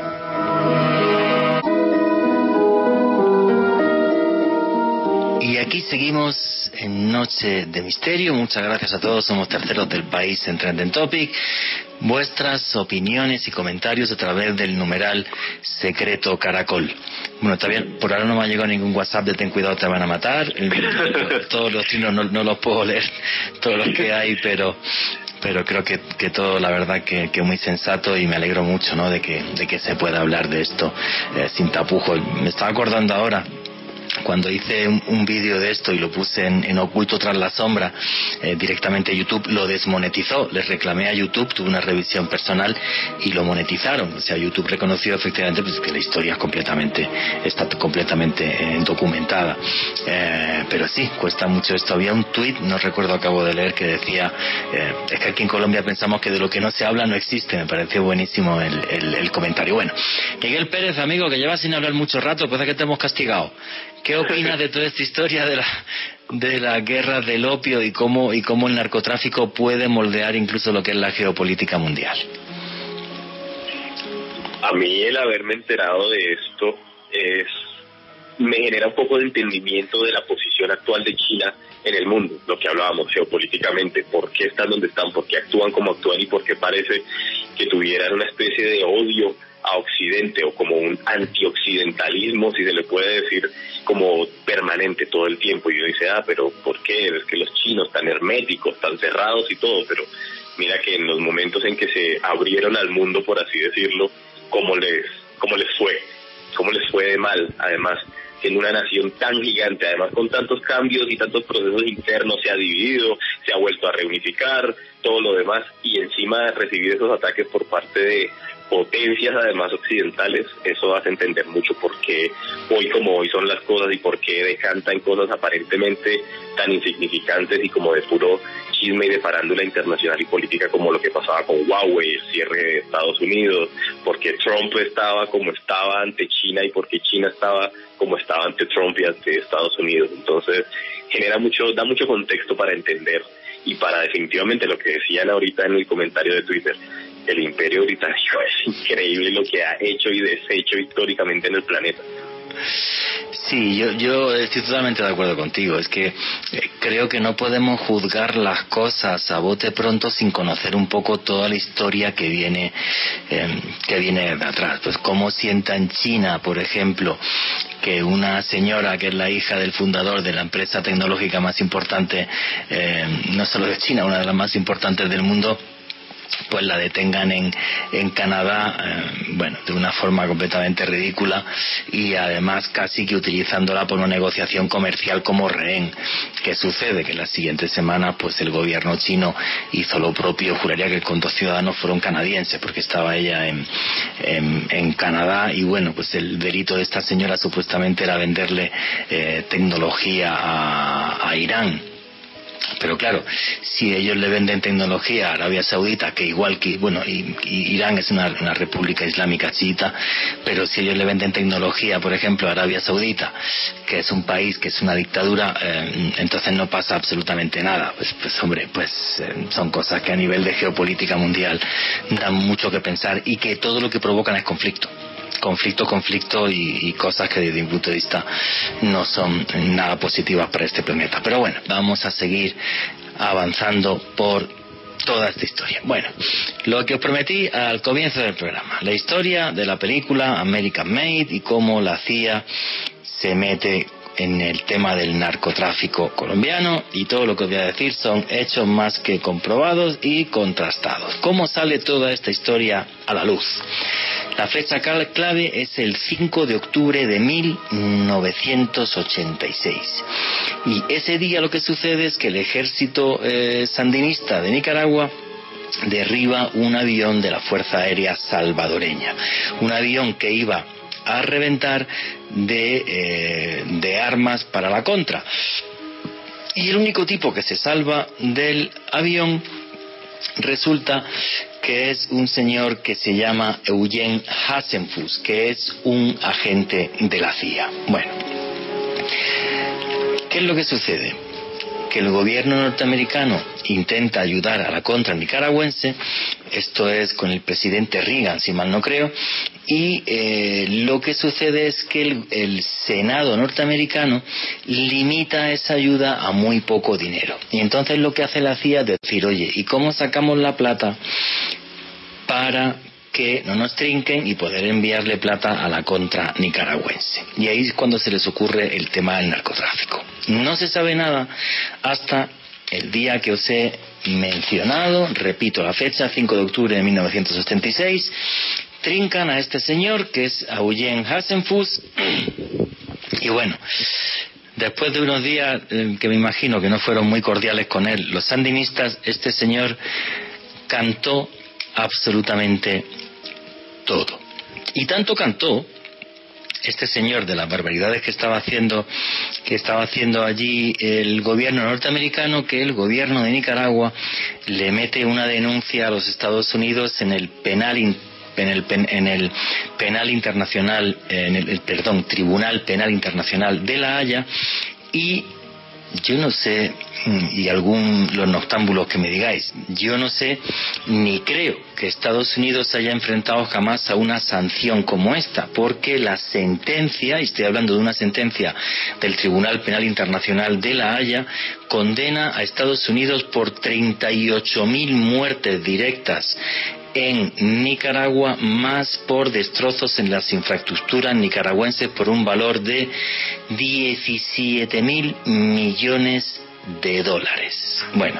Y aquí seguimos en Noche de Misterio. Muchas gracias a todos. Somos terceros del país en Trending Topic. Vuestras opiniones y comentarios a través del numeral secreto caracol. Bueno, está bien, por ahora no me ha llegado ningún WhatsApp de ten cuidado, te van a matar. Todos los chinos no los puedo leer, todos los que hay, pero creo que todo, la verdad, que muy sensato, y me alegro mucho, ¿no?, de que se pueda hablar de esto sin tapujos. Me estaba acordando ahora, cuando hice un vídeo de esto y lo puse en oculto tras la sombra, directamente YouTube lo desmonetizó. Les reclamé a YouTube, tuve una revisión personal y lo monetizaron. O sea, YouTube reconoció efectivamente pues que la historia está completamente documentada. Pero sí, cuesta mucho esto. Había un tuit, no recuerdo, acabo de leer, que decía, es que aquí en Colombia pensamos que de lo que no se habla no existe. Me pareció buenísimo el comentario. Bueno, Miguel Pérez, amigo, que lleva sin hablar mucho rato, parece que te hemos castigado. ¿Qué opinas de toda esta historia de la guerra del opio y cómo el narcotráfico puede moldear incluso lo que es la geopolítica mundial? A mí el haberme enterado de esto me genera un poco de entendimiento de la posición actual de China en el mundo, lo que hablábamos geopolíticamente, por qué están donde están, por qué actúan como actúan y por qué parece que tuvieran una especie de odio a Occidente, o como un antioccidentalismo, si se le puede decir, como permanente todo el tiempo. Y uno dice, pero ¿por qué? Es que los chinos tan herméticos, tan cerrados y todo, pero mira que en los momentos en que se abrieron al mundo, por así decirlo, cómo les fue de mal, además, siendo una nación tan gigante, además con tantos cambios y tantos procesos internos, se ha dividido, se ha vuelto a reunificar, todo lo demás, y encima recibir esos ataques por parte potencias además occidentales, eso hace entender mucho por qué hoy como hoy son las cosas y por qué decantan cosas aparentemente tan insignificantes y como de puro chisme y de farándula internacional y política, como lo que pasaba con Huawei, el cierre de Estados Unidos, porque Trump estaba como estaba ante China y porque China estaba como estaba ante Trump y ante Estados Unidos. Entonces da mucho contexto para entender y para definitivamente lo que decían ahorita en el comentario de Twitter. El Imperio Británico es increíble lo que ha hecho y deshecho históricamente en el planeta. Sí, yo estoy totalmente de acuerdo contigo. Es que creo que no podemos juzgar las cosas a bote pronto sin conocer un poco toda la historia que viene de atrás. Pues cómo sienta en China, por ejemplo, que una señora que es la hija del fundador de la empresa tecnológica más importante, no solo de China, una de las más importantes del mundo, pues la detengan en Canadá, de una forma completamente ridícula, y además casi que utilizándola por una negociación comercial como rehén. ¿Qué sucede? Que las siguientes semanas pues el gobierno chino hizo lo propio. Juraría que con 2 ciudadanos fueron canadienses, porque estaba ella en Canadá, y pues el delito de esta señora supuestamente era venderle tecnología a Irán. Pero claro, si ellos le venden tecnología a Arabia Saudita, que igual que, Irán es una república islámica chiita, pero si ellos le venden tecnología, por ejemplo, a Arabia Saudita, que es un país que es una dictadura, entonces no pasa absolutamente nada. Son cosas que a nivel de geopolítica mundial dan mucho que pensar, y que todo lo que provocan es conflicto y cosas que desde mi punto de vista no son nada positivas para este planeta. Pero vamos a seguir avanzando por toda esta historia. Lo que os prometí al comienzo del programa, la historia de la película American Made y cómo la CIA se mete en el tema del narcotráfico colombiano, y todo lo que os voy a decir son hechos más que comprobados y contrastados. ¿Cómo sale toda esta historia a la luz? La fecha clave es el 5 de octubre de 1986. Y ese día lo que sucede es que el ejército sandinista de Nicaragua derriba un avión de la Fuerza Aérea Salvadoreña. Un avión que iba a reventar de armas para la contra. Y el único tipo que se salva del avión resulta que es un señor que se llama Eugene Hasenfuss, que es un agente de la CIA. ¿Qué es lo que sucede? Que el gobierno norteamericano intenta ayudar a la contra nicaragüense, esto es con el presidente Reagan, si mal no creo, y lo que sucede es que el Senado norteamericano limita esa ayuda a muy poco dinero. Y entonces lo que hace la CIA es decir, oye, ¿y cómo sacamos la plata para que no nos trinquen y poder enviarle plata a la contra nicaragüense? Y ahí es cuando se les ocurre el tema del narcotráfico. No se sabe nada hasta el día que os he mencionado, repito la fecha, 5 de octubre de 1986, trincan a este señor que es Eugene Hasenfuss, y después de unos días que me imagino que no fueron muy cordiales con él los sandinistas, este señor cantó absolutamente todo. Y tanto cantó este señor de las barbaridades que estaba haciendo allí el gobierno norteamericano, que el gobierno de Nicaragua le mete una denuncia a los Estados Unidos en el Tribunal Penal Internacional de La Haya. Y yo no sé, y los noctámbulos que me digáis, yo no sé ni creo que Estados Unidos se haya enfrentado jamás a una sanción como esta, porque la sentencia, y estoy hablando de una sentencia del Tribunal Penal Internacional de La Haya, condena a Estados Unidos por 38.000 muertes directas en Nicaragua, más por destrozos en las infraestructuras nicaragüenses por un valor de 17.000 millones de dólares.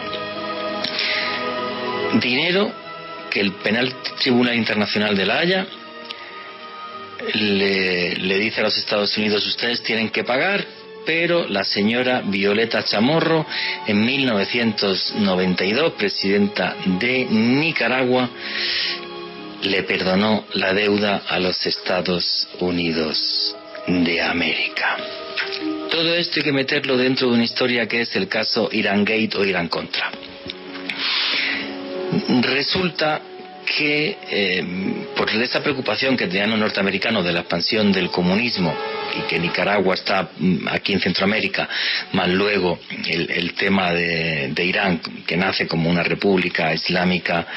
Dinero que el Tribunal Internacional de La Haya le dice a los Estados Unidos, ustedes tienen que pagar, pero la señora Violeta Chamorro, en 1992, presidenta de Nicaragua, le perdonó la deuda a los Estados Unidos de América. Todo esto hay que meterlo dentro de una historia que es el caso Irán Gate o Irán Contra. Resulta que por esa preocupación que tenían los norteamericanos de la expansión del comunismo y que Nicaragua está aquí en Centroamérica, más luego el tema de Irán, que nace como una república islámica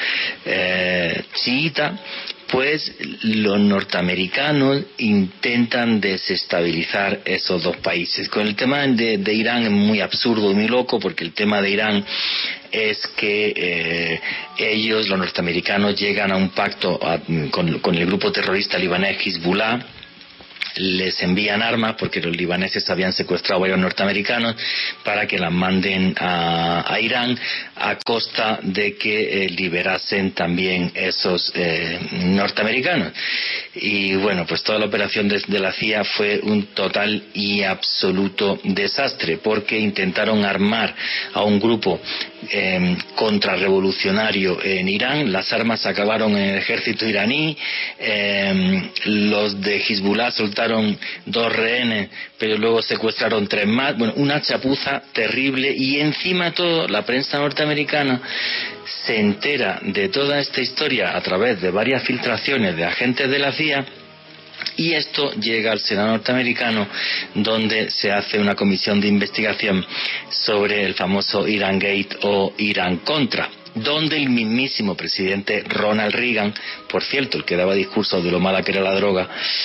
chiita, pues los norteamericanos intentan desestabilizar esos dos países. Con el tema de Irán es muy absurdo y muy loco, porque el tema de Irán es que ellos, los norteamericanos, llegan a un pacto con el grupo terrorista libanés Hezbollah. Les envían armas porque los libaneses habían secuestrado a varios norteamericanos para que las manden a Irán, a costa de que liberasen también esos norteamericanos. Y bueno, pues toda la operación de la CIA fue un total y absoluto desastre, porque intentaron armar a un grupo contrarrevolucionario en Irán. Las armas acabaron en el ejército iraní. Los de Hezbollah soltaron 2 rehenes, pero luego secuestraron 3 más. Bueno, una chapuza terrible. Y encima de todo, la prensa norteamericana se entera de toda esta historia a través de varias filtraciones de agentes de la CIA. Y esto llega al Senado norteamericano, donde se hace una comisión de investigación sobre el famoso Irán Gate o Irán Contra, donde el mismísimo presidente Ronald Reagan, por cierto, el que daba discursos de lo mala que era la droga,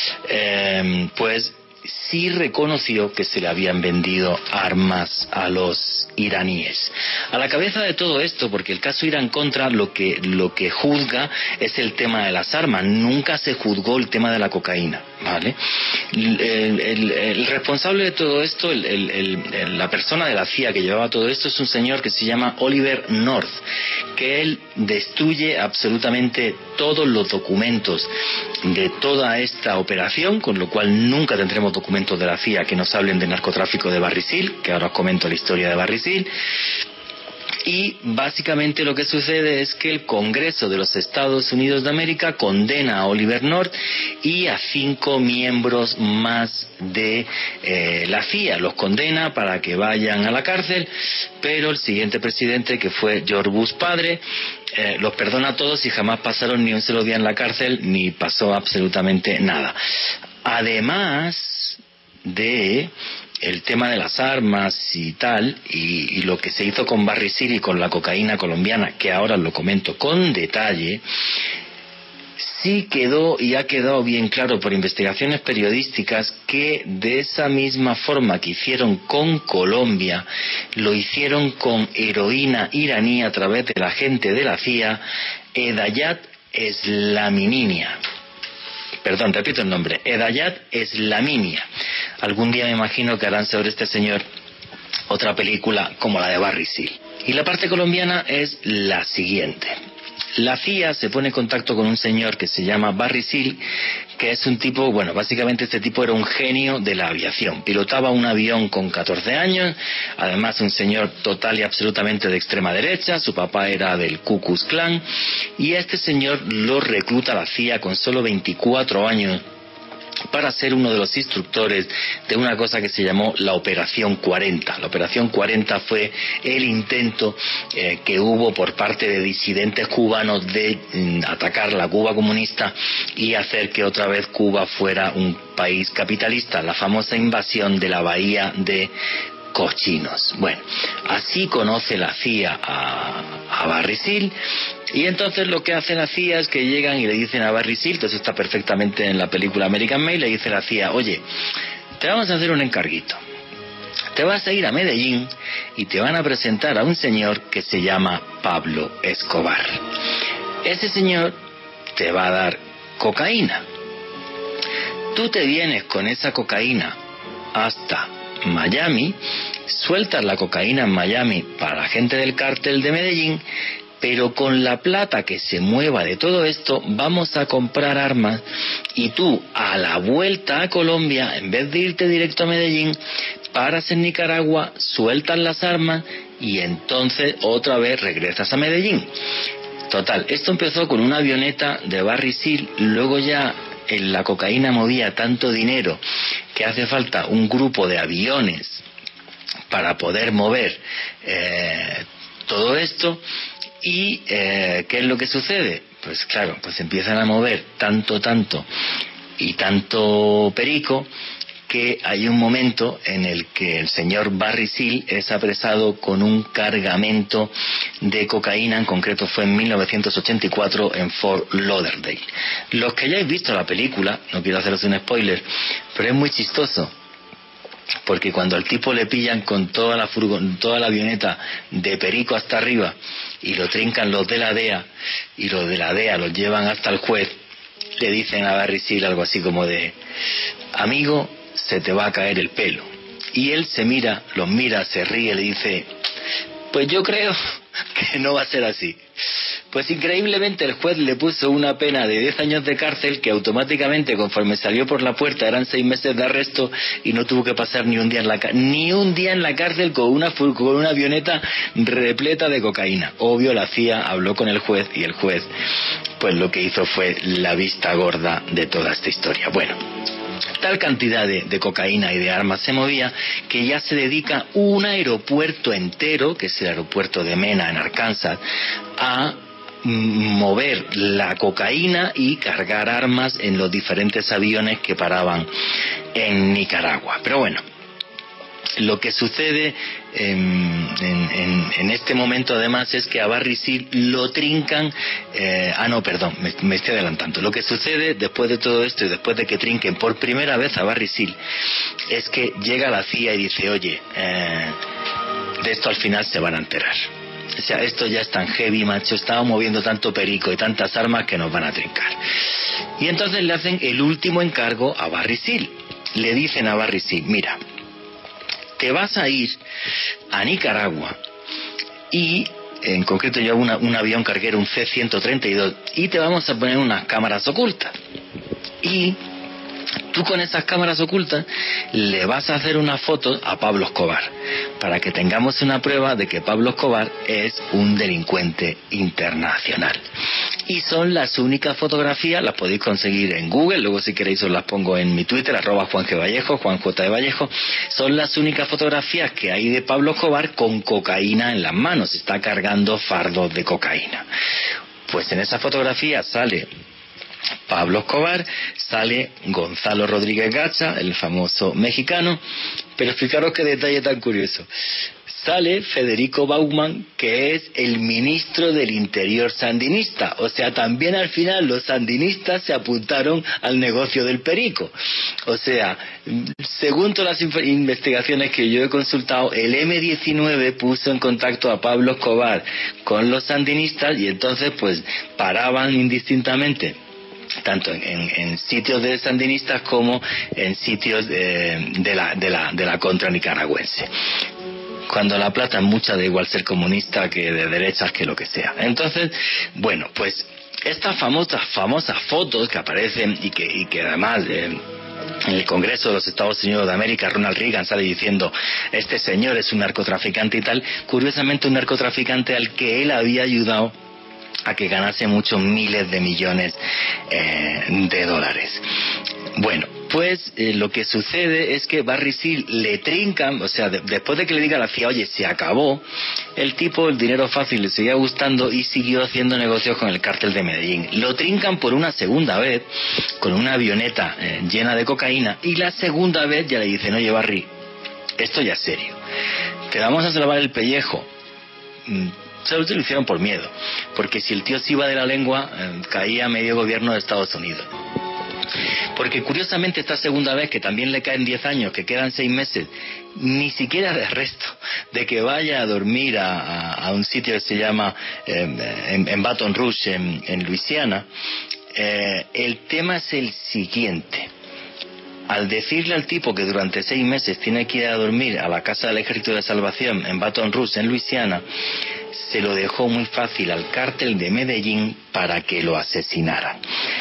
pues sí reconoció que se le habían vendido armas a los iraníes. A la cabeza de todo esto, porque el caso Irán Contra lo que juzga es el tema de las armas, nunca se juzgó el tema de la cocaína, ¿vale? El responsable de todo esto, la persona de la CIA que llevaba todo esto, es un señor que se llama Oliver North, que él destruye absolutamente todos los documentos de toda esta operación, con lo cual nunca tendremos documentos de la CIA que nos hablen de narcotráfico de Barry Seal, que ahora os comento la historia de Barry Seal. Y básicamente lo que sucede es que el Congreso de los Estados Unidos de América condena a Oliver North y a 5 miembros más de la CIA. Los condena para que vayan a la cárcel, pero el siguiente presidente, que fue George Bush padre, los perdona a todos y jamás pasaron ni un solo día en la cárcel, ni pasó absolutamente nada. Además de el tema de las armas y tal, y lo que se hizo con Barry Seal y con la cocaína colombiana, que ahora lo comento con detalle, sí quedó y ha quedado bien claro por investigaciones periodísticas que de esa misma forma que hicieron con Colombia, lo hicieron con heroína iraní a través de la gente de la CIA, Hedayat Eslaminia. Perdón, repito el nombre, Hedayat Eslaminia. Algún día me imagino que harán sobre este señor otra película como la de Barry Seal. Y la parte colombiana es la siguiente. La CIA se pone en contacto con un señor que se llama Barry Seal, que es un tipo, bueno, básicamente este tipo era un genio de la aviación. Pilotaba un avión con 14 años, además un señor total y absolutamente de extrema derecha, su papá era del Ku Klux Klan, y a este señor lo recluta la CIA con solo 24 años para ser uno de los instructores de una cosa que se llamó la Operación 40. La Operación 40 fue el intento que hubo por parte de disidentes cubanos de atacar la Cuba comunista y hacer que otra vez Cuba fuera un país capitalista, la famosa invasión de la bahía de Cochinos. Bueno, así conoce la CIA a Barry Seal. Y entonces lo que hace la CIA es que llegan y le dicen a Barry Seal, que eso está perfectamente en la película American Made, le dice la CIA: oye, te vamos a hacer un encarguito. Te vas a ir a Medellín y te van a presentar a un señor que se llama Pablo Escobar. Ese señor te va a dar cocaína. Tú te vienes con esa cocaína hasta Miami, sueltas la cocaína en Miami para la gente del cártel de Medellín, pero con la plata que se mueva de todo esto vamos a comprar armas y tú a la vuelta a Colombia, en vez de irte directo a Medellín, paras en Nicaragua, sueltas las armas y entonces otra vez regresas a Medellín. Total, esto empezó con una avioneta de Barry Seal, luego ya la cocaína movía tanto dinero que hace falta un grupo de aviones para poder mover todo esto. Y ¿qué es lo que sucede? Pues claro, pues empiezan a mover tanto y tanto perico, que hay un momento en el que el señor Barry Seal es apresado con un cargamento de cocaína. En concreto fue en 1984 en Fort Lauderdale. Los que hayáis visto la película, no quiero haceros un spoiler, pero es muy chistoso, porque cuando al tipo le pillan con toda la avioneta de perico hasta arriba y lo trincan los de la DEA, y los de la DEA los llevan hasta el juez, le dicen a Barry Seal algo así como de: amigo, se te va a caer el pelo. Y él los mira, se ríe, le dice: pues yo creo que no va a ser así. Pues increíblemente el juez le puso una pena de 10 años de cárcel, que automáticamente, conforme salió por la puerta, eran 6 meses de arresto, y no tuvo que pasar ni un día en la cárcel con una avioneta repleta de cocaína. Obvio, la CIA habló con el juez, y el juez pues lo que hizo fue la vista gorda de toda esta historia. Bueno, tal cantidad de cocaína y de armas se movía que ya se dedica un aeropuerto entero, que es el aeropuerto de Mena en Arkansas, a mover la cocaína y cargar armas en los diferentes aviones que paraban en Nicaragua. Pero bueno, lo que sucede en este momento además es que a Barry Seal lo trincan. Me estoy adelantando. Lo que sucede después de todo esto y después de que trinquen por primera vez a Barry Seal es que llega la CIA y dice: oye, de esto al final se van a enterar. O sea, esto ya es tan heavy, macho, estamos moviendo tanto perico y tantas armas que nos van a trincar. Y entonces le hacen el último encargo a Barry Seal. Le dicen a Barry Seal: mira, te vas a ir a Nicaragua, y en concreto lleva un avión carguero, un C-132, y te vamos a poner unas cámaras ocultas. Y tú con esas cámaras ocultas le vas a hacer una foto a Pablo Escobar, para que tengamos una prueba de que Pablo Escobar es un delincuente internacional. Y son las únicas fotografías, las podéis conseguir en Google, luego si queréis os las pongo en mi Twitter, @JuanGVallejo, Juan J. de Vallejo. Son las únicas fotografías que hay de Pablo Escobar con cocaína en las manos, está cargando fardos de cocaína. Pues en esa fotografía sale Pablo Escobar, sale Gonzalo Rodríguez Gacha, el famoso mexicano, pero fijaros qué detalle tan curioso. Sale Federico Baumann, que es el ministro del Interior sandinista. O sea, también al final los sandinistas se apuntaron al negocio del perico. O sea, según todas las investigaciones que yo he consultado, el M-19 puso en contacto a Pablo Escobar con los sandinistas, y entonces pues paraban indistintamente tanto en sitios de sandinistas como en sitios de la contra nicaragüense. Cuando la plata es mucha, da igual ser comunista que de derechas que lo que sea. Entonces, bueno, pues estas famosas fotos que aparecen y que además en el Congreso de los Estados Unidos de América, Ronald Reagan sale diciendo: este señor es un narcotraficante y tal. Curiosamente, un narcotraficante al que él había ayudado a que ganase muchos miles de millones de dólares. Bueno, pues lo que sucede es que Barry Seal le trincan, o sea, después de que le diga a la CIA: oye, se acabó, el tipo, el dinero fácil le seguía gustando y siguió haciendo negocios con el cártel de Medellín. Lo trincan por una segunda vez con una avioneta llena de cocaína, y la segunda vez ya le dicen: oye, Barry, esto ya es serio, te vamos a salvar el pellejo. Se lo hicieron por miedo, porque si el tío se iba de la lengua, caía medio gobierno de Estados Unidos. Porque curiosamente esta segunda vez, que también le caen 10 años, que quedan 6 meses, ni siquiera de arresto, de que vaya a dormir a un sitio que se llama en Baton Rouge, en Luisiana. El tema es el siguiente: al decirle al tipo que durante 6 meses tiene que ir a dormir a la casa del Ejército de Salvación en Baton Rouge, en Luisiana, se lo dejó muy fácil al cártel de Medellín para que lo asesinara.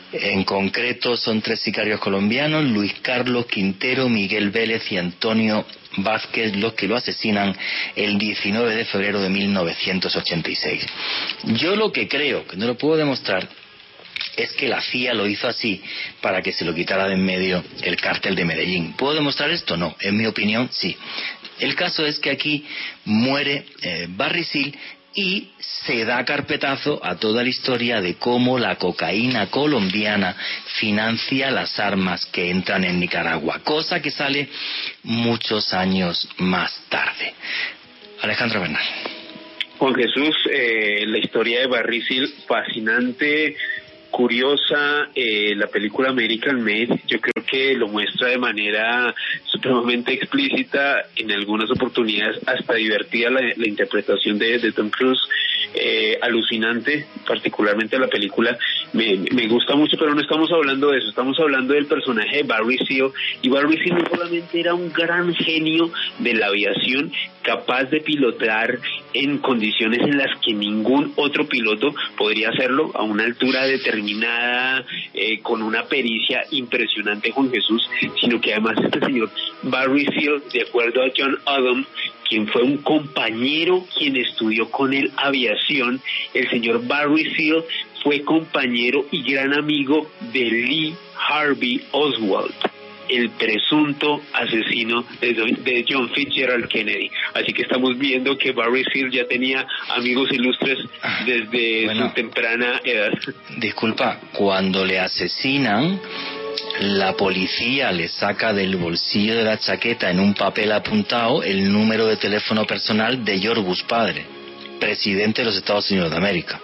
En concreto son 3 sicarios colombianos, Luis Carlos Quintero, Miguel Vélez y Antonio Vázquez, los que lo asesinan el 19 de febrero de 1986. Yo lo que creo, que no lo puedo demostrar, es que la CIA lo hizo así para que se lo quitara de en medio el cártel de Medellín. ¿Puedo demostrar esto? No. En mi opinión, sí. El caso es que aquí muere Barry Seal y se da carpetazo a toda la historia de cómo la cocaína colombiana financia las armas que entran en Nicaragua, cosa que sale muchos años más tarde. Alejandro Bernal. Juan Jesús, la historia de Barry Seal, fascinante, curiosa. La película American Made, yo creo que lo muestra de manera supremamente explícita, en algunas oportunidades hasta divertida, la interpretación de Tom Cruise, alucinante, particularmente la película, me gusta mucho, pero no estamos hablando de eso, estamos hablando del personaje de Barry Seal, y Barry Seal no solamente era un gran genio de la aviación, capaz de pilotar en condiciones en las que ningún otro piloto podría hacerlo, a una altura determinada, con una pericia impresionante, Juan Jesús, sino que además este señor Barry Seal, de acuerdo a John Odom, quien fue un compañero quien estudió con él aviación, el señor Barry Seal fue compañero y gran amigo de Lee Harvey Oswald, el presunto asesino de John Fitzgerald Kennedy. Así que estamos viendo que Barry Seal ya tenía amigos ilustres desde su temprana edad. Disculpa, cuando le asesinan, la policía le saca del bolsillo de la chaqueta en un papel apuntado el número de teléfono personal de George Bush padre, presidente de los Estados Unidos de América.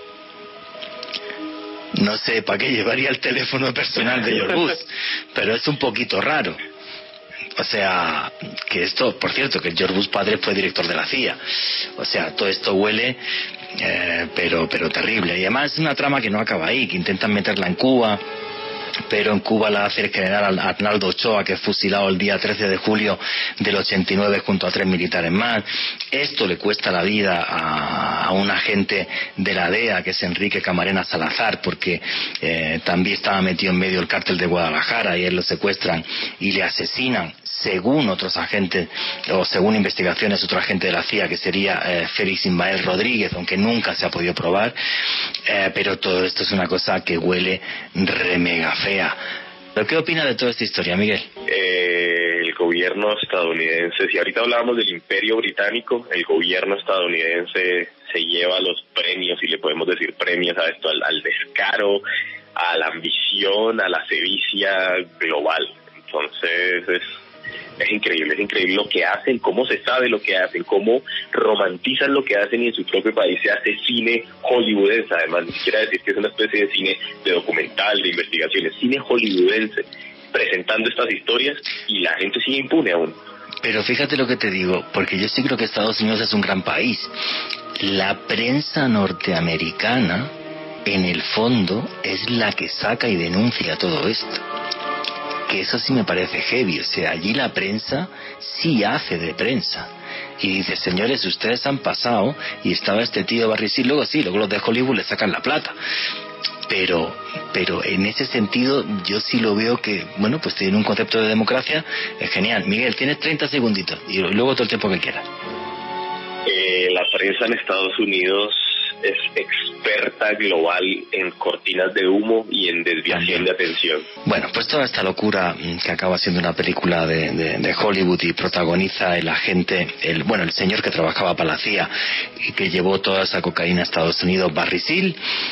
No sé para qué llevaría el teléfono personal de George Bush, pero es un poquito raro. O sea, que esto, por cierto, que George Bush padre fue director de la CIA. O sea, todo esto huele, pero terrible. Y además es una trama que no acaba ahí, que intentan meterla en Cuba, pero en Cuba la hace el general Arnaldo Ochoa, que es fusilado el día 13 de julio del 89 junto a 3 militares más. Esto le cuesta la vida a un agente de la DEA, que es Enrique Camarena Salazar, porque también estaba metido en medio del cártel de Guadalajara, y él lo secuestran y le asesinan, según otros agentes, o según investigaciones, otro agente de la CIA, que sería Félix Ismael Rodríguez, aunque nunca se ha podido probar. Pero todo esto es una cosa que huele remega fea. ¿Pero qué opina de toda esta historia, Miguel? El gobierno estadounidense, si ahorita hablábamos del Imperio Británico, el gobierno estadounidense se lleva los premios, y le podemos decir premios a esto, al descaro, a la ambición, a la sevicia global. Entonces es increíble lo que hacen, cómo se sabe lo que hacen, cómo romantizan lo que hacen, y en su propio país se hace cine hollywoodense. Además, ni siquiera decir que es una especie de cine de documental, de investigaciones, cine hollywoodense, presentando estas historias, y la gente sigue impune aún. Pero fíjate lo que te digo, porque yo sí creo que Estados Unidos es un gran país. La prensa norteamericana, en el fondo, es la que saca y denuncia todo esto. Que eso sí me parece heavy. O sea, allí la prensa sí hace de prensa y dice, señores, ustedes han pasado, y estaba este tío Barry Seal, luego los de Hollywood le sacan la plata, pero en ese sentido yo sí lo veo que, bueno, pues tiene un concepto de democracia genial. Miguel, tienes 30 segunditos y luego todo el tiempo que quieras. La prensa en Estados Unidos es experta global en cortinas de humo y en desviación de atención. Bueno, pues toda esta locura que acaba siendo una película de Hollywood, y protagoniza el agente, el señor que trabajaba para la CIA y que llevó toda esa cocaína a Estados Unidos, Barry Seal.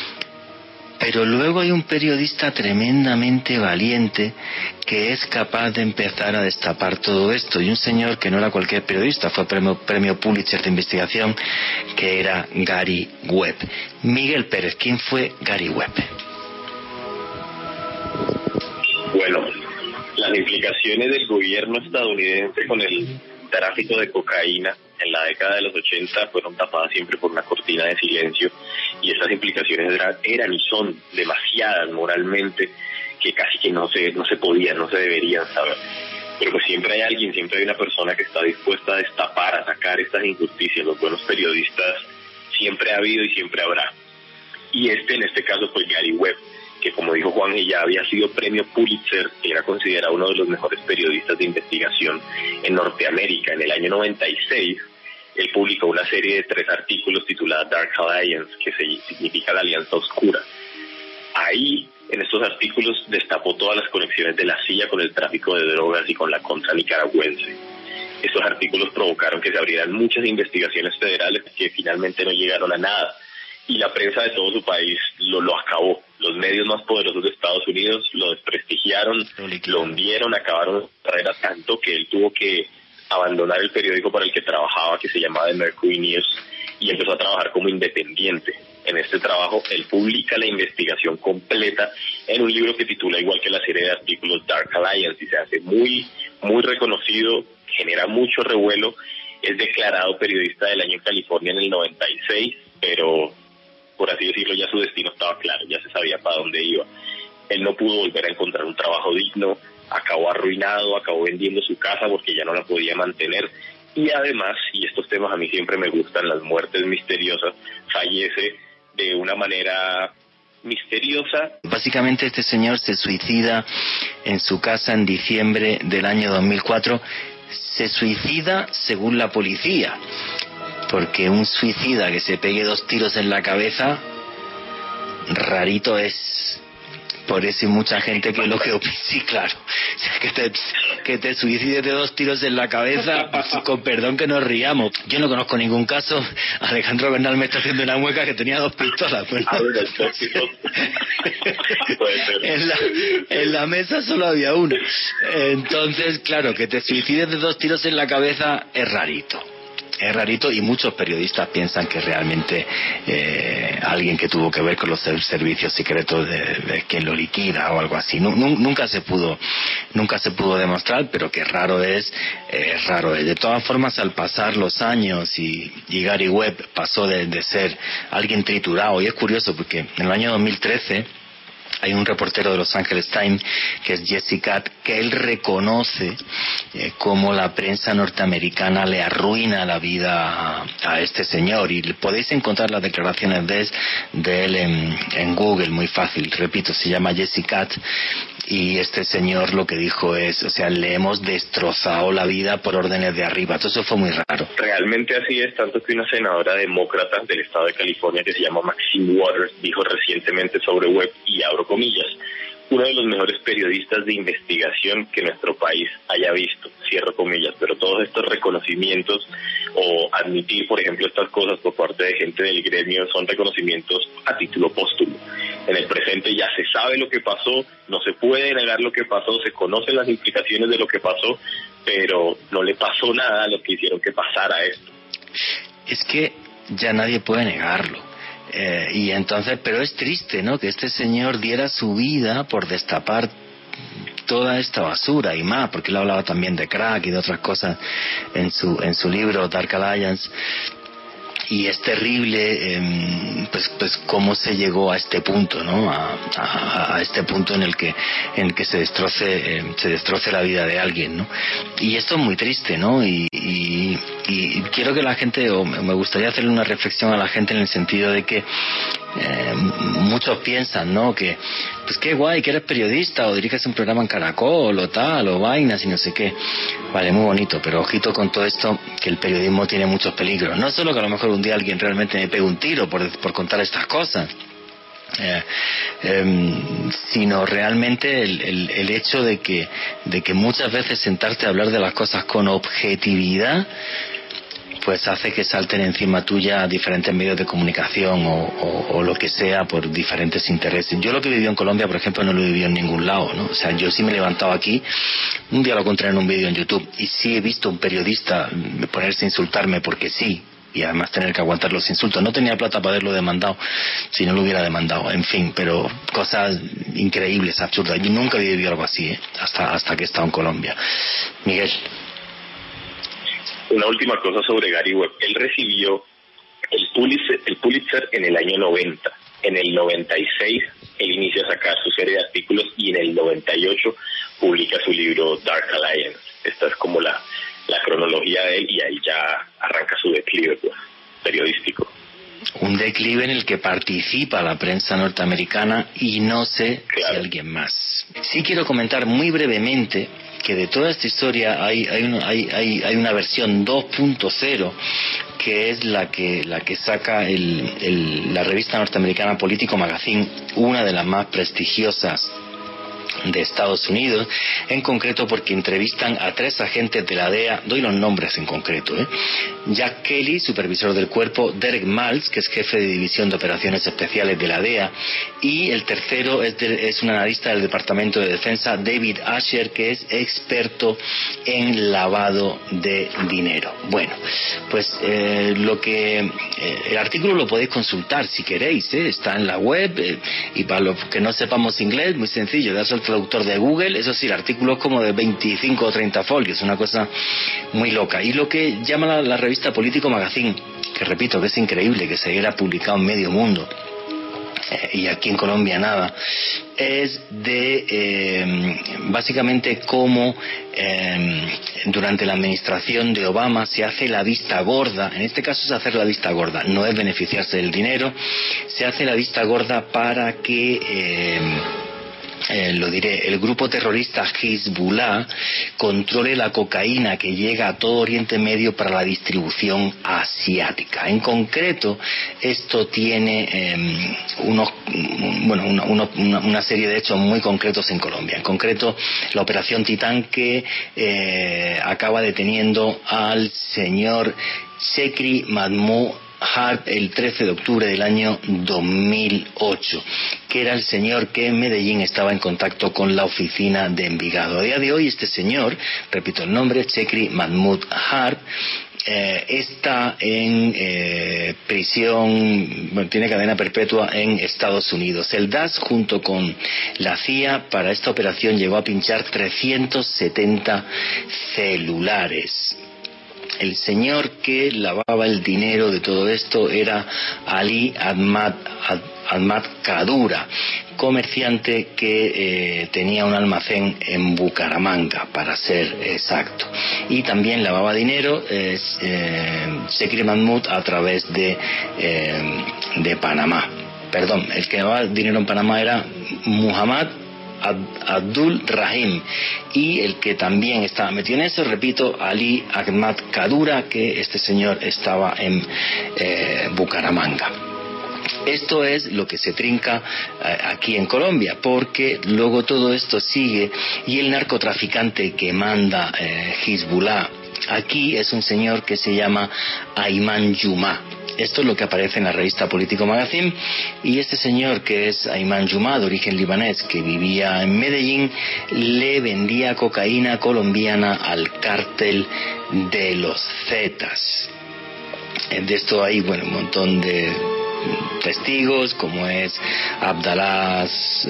Pero luego hay un periodista tremendamente valiente que es capaz de empezar a destapar todo esto, y un señor que no era cualquier periodista, fue premio Pulitzer de investigación, que era Gary Webb. Miguel Pérez, ¿quién fue Gary Webb? Bueno, las implicaciones del gobierno estadounidense con el tráfico de cocaína en la década de los 80 fueron tapadas siempre por una cortina de silencio, y estas implicaciones eran y son demasiadas moralmente, que casi que no se podían, no se deberían saber. Pero pues siempre hay alguien, siempre hay una persona que está dispuesta a destapar, a sacar estas injusticias. Los buenos periodistas siempre ha habido y siempre habrá. Y en este caso fue Gary Webb, que como dijo Juan, ya había sido premio Pulitzer, que era considerado uno de los mejores periodistas de investigación en Norteamérica. En el año 96, él publicó una serie de 3 artículos titulada Dark Alliance, que significa la alianza oscura. Ahí, en estos artículos, destapó todas las conexiones de la CIA con el tráfico de drogas y con la contra nicaragüense. Estos artículos provocaron que se abrieran muchas investigaciones federales que finalmente no llegaron a nada. Y la prensa de todo su país lo acabó. Los medios más poderosos de Estados Unidos lo desprestigiaron, lo hundieron, acabaron su carrera tanto que él tuvo que abandonar el periódico para el que trabajaba, que se llamaba The Mercury News, y empezó a trabajar como independiente. En este trabajo, él publica la investigación completa en un libro que titula, igual que la serie de artículos, Dark Alliance, y se hace muy, muy reconocido, genera mucho revuelo. Es declarado periodista del año en California en el 96, pero, por así decirlo, ya su destino estaba claro, ya se sabía para dónde iba. Él no pudo volver a encontrar un trabajo digno, acabó arruinado, acabó vendiendo su casa porque ya no la podía mantener, y además, y estos temas a mí siempre me gustan, las muertes misteriosas, fallece de una manera misteriosa. Básicamente este señor se suicida en su casa en diciembre del año 2004, se suicida según la policía, porque un suicida que se pegue 2 tiros en la cabeza, rarito es. Por eso hay mucha gente que lo que opina, sí, claro, que te suicides de 2 tiros en la cabeza, pues, con perdón que nos riamos. Yo no conozco ningún caso. Alejandro Bernal me está haciendo una mueca que tenía 2 pistolas. Pues, en la mesa solo había una. Entonces, claro, que te suicides de 2 tiros en la cabeza es rarito. Es rarito, y muchos periodistas piensan que realmente alguien que tuvo que ver con los servicios secretos de quien lo liquida o algo así. Nunca se pudo demostrar, pero que raro es. De todas formas, al pasar los años y Gary Webb pasó de ser alguien triturado, y es curioso porque en el año 2013 hay un reportero de Los Angeles Times, que es Jesse Katz, que él reconoce cómo la prensa norteamericana le arruina la vida a este señor, y podéis encontrar las declaraciones de él en Google, muy fácil. Repito, se llama Jesse Katz, y este señor lo que dijo es, o sea, le hemos destrozado la vida por órdenes de arriba. Todo eso fue muy raro. Realmente así es, tanto que una senadora demócrata del estado de California que se llama Maxine Waters dijo recientemente sobre Webb, y abro comillas, uno de los mejores periodistas de investigación que nuestro país haya visto, cierro comillas, pero todos estos reconocimientos o admitir, por ejemplo, estas cosas por parte de gente del gremio son reconocimientos a título póstumo. En el presente ya se sabe lo que pasó, no se puede negar lo que pasó, se conocen las implicaciones de lo que pasó, pero no le pasó nada a los que hicieron que pasara esto. Es que ya nadie puede negarlo. Y entonces, pero es triste, ¿no?, que este señor diera su vida por destapar toda esta basura y más, porque él hablaba también de crack y de otras cosas en su libro Dark Alliance. Y es terrible, pues cómo se llegó a este punto, ¿no? A este punto en el que se destroce la vida de alguien, ¿no? Y esto es muy triste, ¿no? Y quiero que la gente, o me gustaría hacerle una reflexión a la gente en el sentido de que muchos piensan, ¿no?, que pues qué guay que eres periodista o diriges un programa en Caracol o tal o vainas y no sé qué. Vale, muy bonito, pero ojito con todo esto, que el periodismo tiene muchos peligros. No solo que a lo mejor un día alguien realmente me pegue un tiro por contar estas cosas, sino realmente el hecho de que muchas veces sentarte a hablar de las cosas con objetividad pues hace que salten encima tuya diferentes medios de comunicación o lo que sea por diferentes intereses. Yo lo que viví en Colombia, por ejemplo, no lo he vivido en ningún lado, ¿no? O sea, yo sí me he levantado aquí, un día lo encontré en un vídeo en YouTube, y sí he visto a un periodista ponerse a insultarme porque sí, y además tener que aguantar los insultos. No tenía plata para haberlo demandado, si no lo hubiera demandado, en fin, pero cosas increíbles, absurdas. Yo nunca había vivido algo así, hasta que he estado en Colombia. Miguel. Una última cosa sobre Gary Webb. Él recibió el Pulitzer en el año 90. En el 96 él inicia a sacar su serie de artículos, y en el 98 publica su libro Dark Alliance. Esta es como la cronología de él, y ahí ya arranca su declive, pues, periodístico. un declive en el que participa la prensa norteamericana y no sé si alguien más. Sí quiero comentar muy brevemente que de toda esta historia hay una versión 2.0 que es la que saca la revista norteamericana Politico Magazine, una de las más prestigiosas de Estados Unidos, en concreto porque entrevistan a 3 agentes de la DEA, doy los nombres en concreto, Jack Kelly, supervisor del cuerpo, Derek Maltz, que es jefe de división de operaciones especiales de la DEA, y el tercero es un analista del Departamento de Defensa, David Asher, que es experto en lavado de dinero. Bueno, pues el artículo lo podéis consultar si queréis, está en la web, y para los que no sepamos inglés, muy sencillo, darse al traductor de Google. Eso sí, el artículo es como de 25 o 30 folios, una cosa muy loca. Y lo que llama la revista Politico Magazine, que repito que es increíble que se haya publicado en medio mundo, y aquí en Colombia nada, es de básicamente cómo durante la administración de Obama se hace la vista gorda. En este caso es hacer la vista gorda, no es beneficiarse del dinero, se hace la vista gorda para que el grupo terrorista Hezbollah controle la cocaína que llega a todo Oriente Medio para la distribución asiática. En concreto, esto tiene una serie de hechos muy concretos en Colombia. En concreto, la operación Titán, que acaba deteniendo al señor Chekri Mahmoud Harb el 13 de octubre del año 2008, que era el señor que en Medellín estaba en contacto con la oficina de Envigado. A día de hoy este señor, repito el nombre, Chekri Mahmoud Harb, está en prisión, tiene cadena perpetua en Estados Unidos. El DAS junto con la CIA para esta operación llegó a pinchar 370 celulares. El señor que lavaba el dinero de todo esto era Ali Ahmad Kadura, comerciante que tenía un almacén en Bucaramanga, para ser exacto, y también lavaba dinero Chekri Mahmoud a través de Panamá. Perdón, el que lavaba dinero en Panamá era Muhammad Abdul Rahim, y el que también estaba metido en eso, repito, Ali Ahmad Kadura, que este señor estaba en Bucaramanga. Esto es lo que se trinca aquí en Colombia, porque luego todo esto sigue, y el narcotraficante que manda Hezbollah aquí es un señor que se llama Ayman Juma. Esto es lo que aparece en la revista Politico Magazine, y este señor, que es Ayman Juma, de origen libanés, que vivía en Medellín, le vendía cocaína colombiana al cártel de los Zetas. De esto hay un montón de testigos, como es Abdallah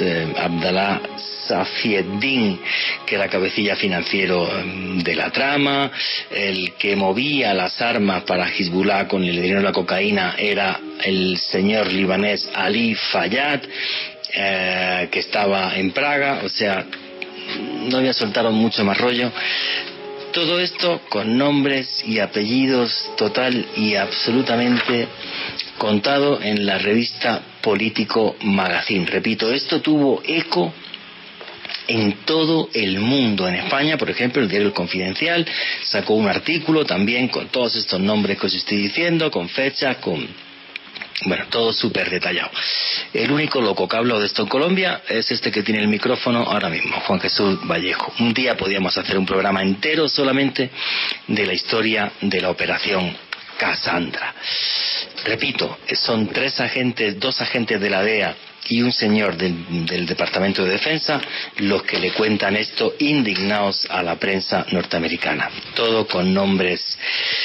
Safieddin, que era cabecilla financiero de la trama. El que movía las armas para Hezbollah con el dinero de la cocaína era el señor libanés Ali Fayyad, que estaba en Praga. O sea, no voy a soltar mucho más rollo. Todo esto con nombres y apellidos total y absolutamente contado en la revista Politico Magazine. Repito, esto tuvo eco en todo el mundo. En España, por ejemplo, el diario El Confidencial sacó un artículo también con todos estos nombres que os estoy diciendo, con fechas, todo súper detallado. El único loco que ha hablado de esto en Colombia es este que tiene el micrófono ahora mismo, Juan Jesús Vallejo. Un día podíamos hacer un programa entero solamente de la historia de la operación Cassandra. Repito, son 2 agentes de la DEA y un señor del Departamento de Defensa los que le cuentan esto, indignados a la prensa norteamericana. Todo con nombres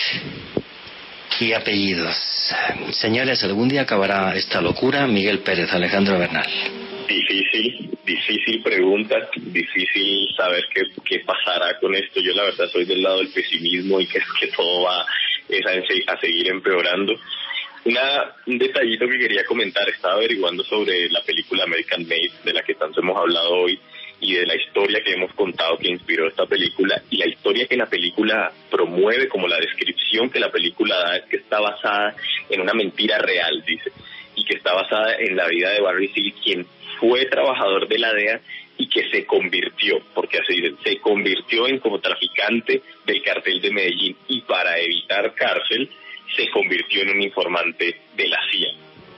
y apellidos. Señores, algún día acabará esta locura. Miguel Pérez, Alejandro Bernal. Difícil pregunta, difícil saber qué pasará con esto. Yo la verdad soy del lado del pesimismo y creo que todo va a seguir empeorando. Un detallito que quería comentar: estaba averiguando sobre la película American Made, de la que tanto hemos hablado hoy, y de la historia que hemos contado que inspiró esta película, y la historia que la película promueve, como la descripción que la película da, es que está basada en una mentira real, dice, y que está basada en la vida de Barry Seal, quien fue trabajador de la DEA y que se convirtió, porque así dicen, se convirtió en como traficante del cartel de Medellín, y para evitar cárcel se convirtió en un informante de la CIA.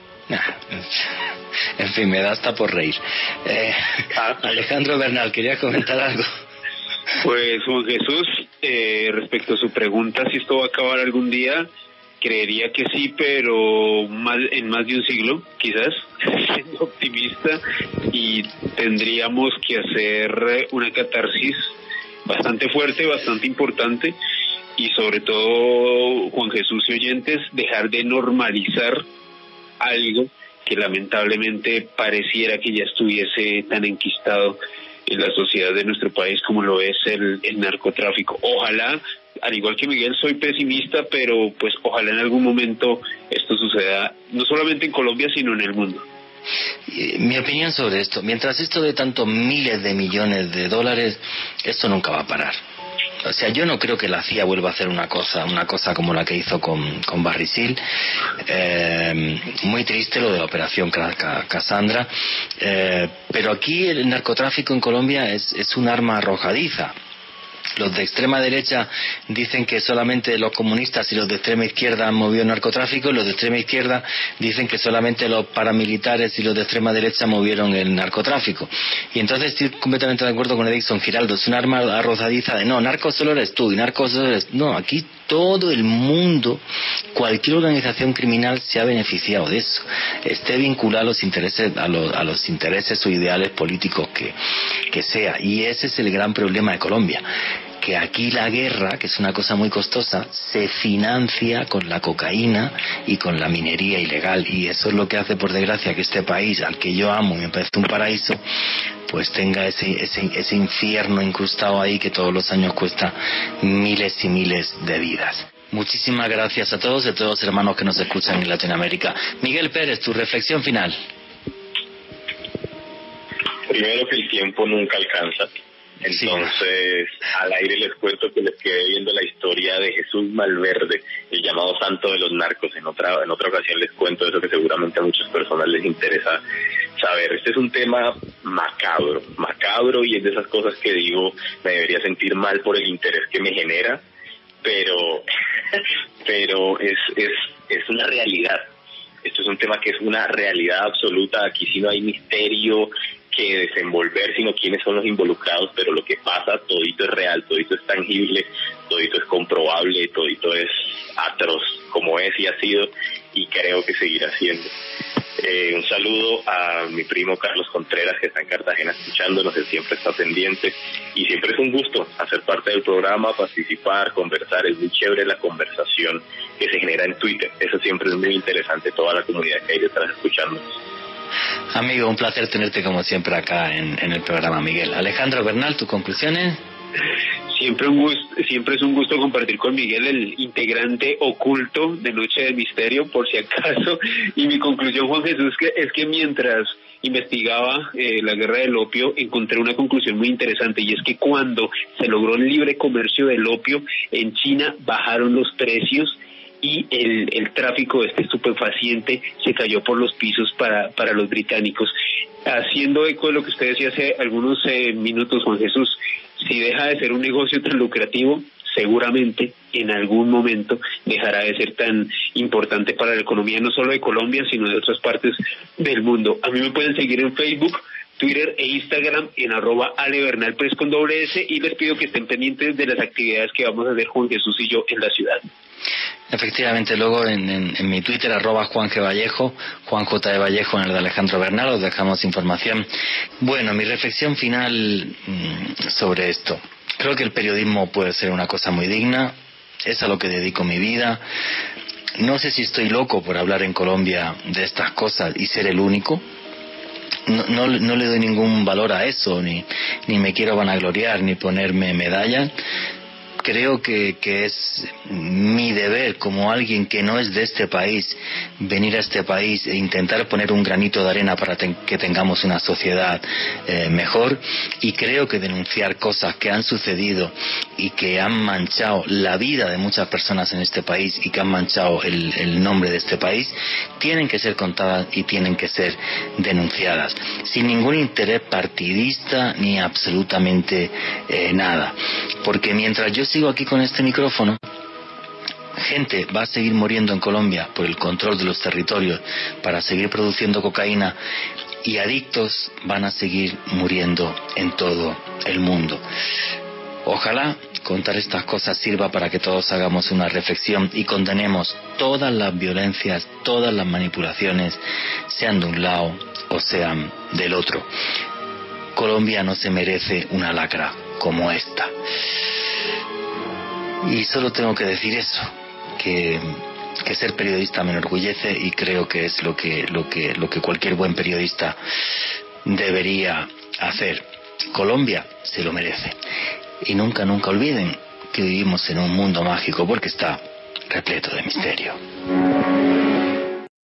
En fin, me da hasta por reír. Alejandro Bernal, ¿quería comentar algo? Pues Juan Jesús, respecto a su pregunta, si esto va a acabar algún día, creería que sí, pero en más de un siglo, quizás, siendo optimista, y tendríamos que hacer una catarsis bastante fuerte, bastante importante, y sobre todo, Juan Jesús y oyentes, dejar de normalizar algo que lamentablemente pareciera que ya estuviese tan enquistado en la sociedad de nuestro país como lo es el narcotráfico. Ojalá, al igual que Miguel, soy pesimista, pero pues ojalá en algún momento esto suceda, no solamente en Colombia, sino en el mundo. Mi opinión sobre esto: mientras esto de tantos miles de millones de dólares, esto nunca va a parar. O sea, yo no creo que la CIA vuelva a hacer una cosa como la que hizo con Barry Seal. Muy triste lo de la operación Cassandra, pero aquí el narcotráfico en Colombia es un arma arrojadiza. Los de extrema derecha dicen que solamente los comunistas y los de extrema izquierda han movido el narcotráfico, y los de extrema izquierda dicen que solamente los paramilitares y los de extrema derecha movieron el narcotráfico. Y entonces estoy completamente de acuerdo con Edison Giraldo: es un arma arrojadiza de no, narco solo eres tú y narco solo eres... No, aquí todo el mundo, cualquier organización criminal se ha beneficiado de eso, esté vinculado a los intereses, a los intereses o ideales políticos que sea. Y ese es el gran problema de Colombia, que aquí la guerra, que es una cosa muy costosa, se financia con la cocaína y con la minería ilegal, y eso es lo que hace, por desgracia, que este país, al que yo amo y me parece un paraíso, pues tenga ese infierno incrustado ahí que todos los años cuesta miles y miles de vidas. Muchísimas gracias a todos y a todos los hermanos que nos escuchan en Latinoamérica. Miguel Pérez, tu reflexión final. Primero, que el tiempo nunca alcanza. Entonces, al aire les cuento que les quedé viendo la historia de Jesús Malverde, el llamado santo de los narcos. En otra ocasión les cuento eso que seguramente a muchas personas les interesa saber. Este es un tema macabro, y es de esas cosas que digo, me debería sentir mal por el interés que me genera, pero es una realidad. Esto es un tema que es una realidad absoluta. Aquí sí no hay misterio que desenvolver, sino quiénes son los involucrados, pero lo que pasa, todito es real, todito es tangible, todito es comprobable, todito es atroz, como es y ha sido, y creo que seguirá siendo. Un saludo a mi primo Carlos Contreras, que está en Cartagena escuchándonos, él siempre está pendiente, y siempre es un gusto hacer parte del programa, participar, conversar. Es muy chévere la conversación que se genera en Twitter, eso siempre es muy interesante, toda la comunidad que hay detrás escuchándonos. Amigo, un placer tenerte como siempre acá en el programa, Miguel. Alejandro Bernal, ¿tus conclusiones? Siempre es un gusto compartir con Miguel, el integrante oculto de Noche de Misterio, por si acaso. Y mi conclusión, Juan Jesús, es que mientras investigaba la guerra del opio, encontré una conclusión muy interesante, y es que cuando se logró el libre comercio del opio en China, bajaron los precios y el tráfico de este estupefaciente se cayó por los pisos para los británicos. Haciendo eco de lo que usted decía hace algunos minutos, Juan Jesús, si deja de ser un negocio tan lucrativo, seguramente en algún momento dejará de ser tan importante para la economía, no solo de Colombia, sino de otras partes del mundo. A mí me pueden seguir en Facebook, Twitter e Instagram en @alebernalpress con @S, y les pido que estén pendientes de las actividades que vamos a hacer Juan Jesús y yo en la ciudad. Efectivamente, luego en mi Twitter @Juan G. Vallejo, Juan J. de Vallejo en el de Alejandro Bernal, os dejamos información. Bueno, mi reflexión final sobre esto: creo que el periodismo puede ser una cosa muy digna, es a lo que dedico mi vida. No sé si estoy loco por hablar en Colombia de estas cosas y ser el único. No le doy ningún valor a eso, ni me quiero vanagloriar, ni ponerme medallas. Creo que es mi deber, como alguien que no es de este país, venir a este país e intentar poner un granito de arena para que tengamos una sociedad mejor. Y creo que denunciar cosas que han sucedido y que han manchado la vida de muchas personas en este país y que han manchado el nombre de este país, tienen que ser contadas y tienen que ser denunciadas, sin ningún interés partidista ni absolutamente nada. Porque mientras yo sigo aquí con este micrófono, gente va a seguir muriendo en Colombia por el control de los territorios para seguir produciendo cocaína, y adictos van a seguir muriendo en todo el mundo. Ojalá contar estas cosas sirva para que todos hagamos una reflexión y condenemos todas las violencias, todas las manipulaciones, sean de un lado o sean del otro. Colombia no se merece una lacra como esta. Y solo tengo que decir eso, que ser periodista me enorgullece, y creo que es lo que cualquier buen periodista debería hacer. Colombia se lo merece. Y nunca olviden que vivimos en un mundo mágico, porque está repleto de misterio.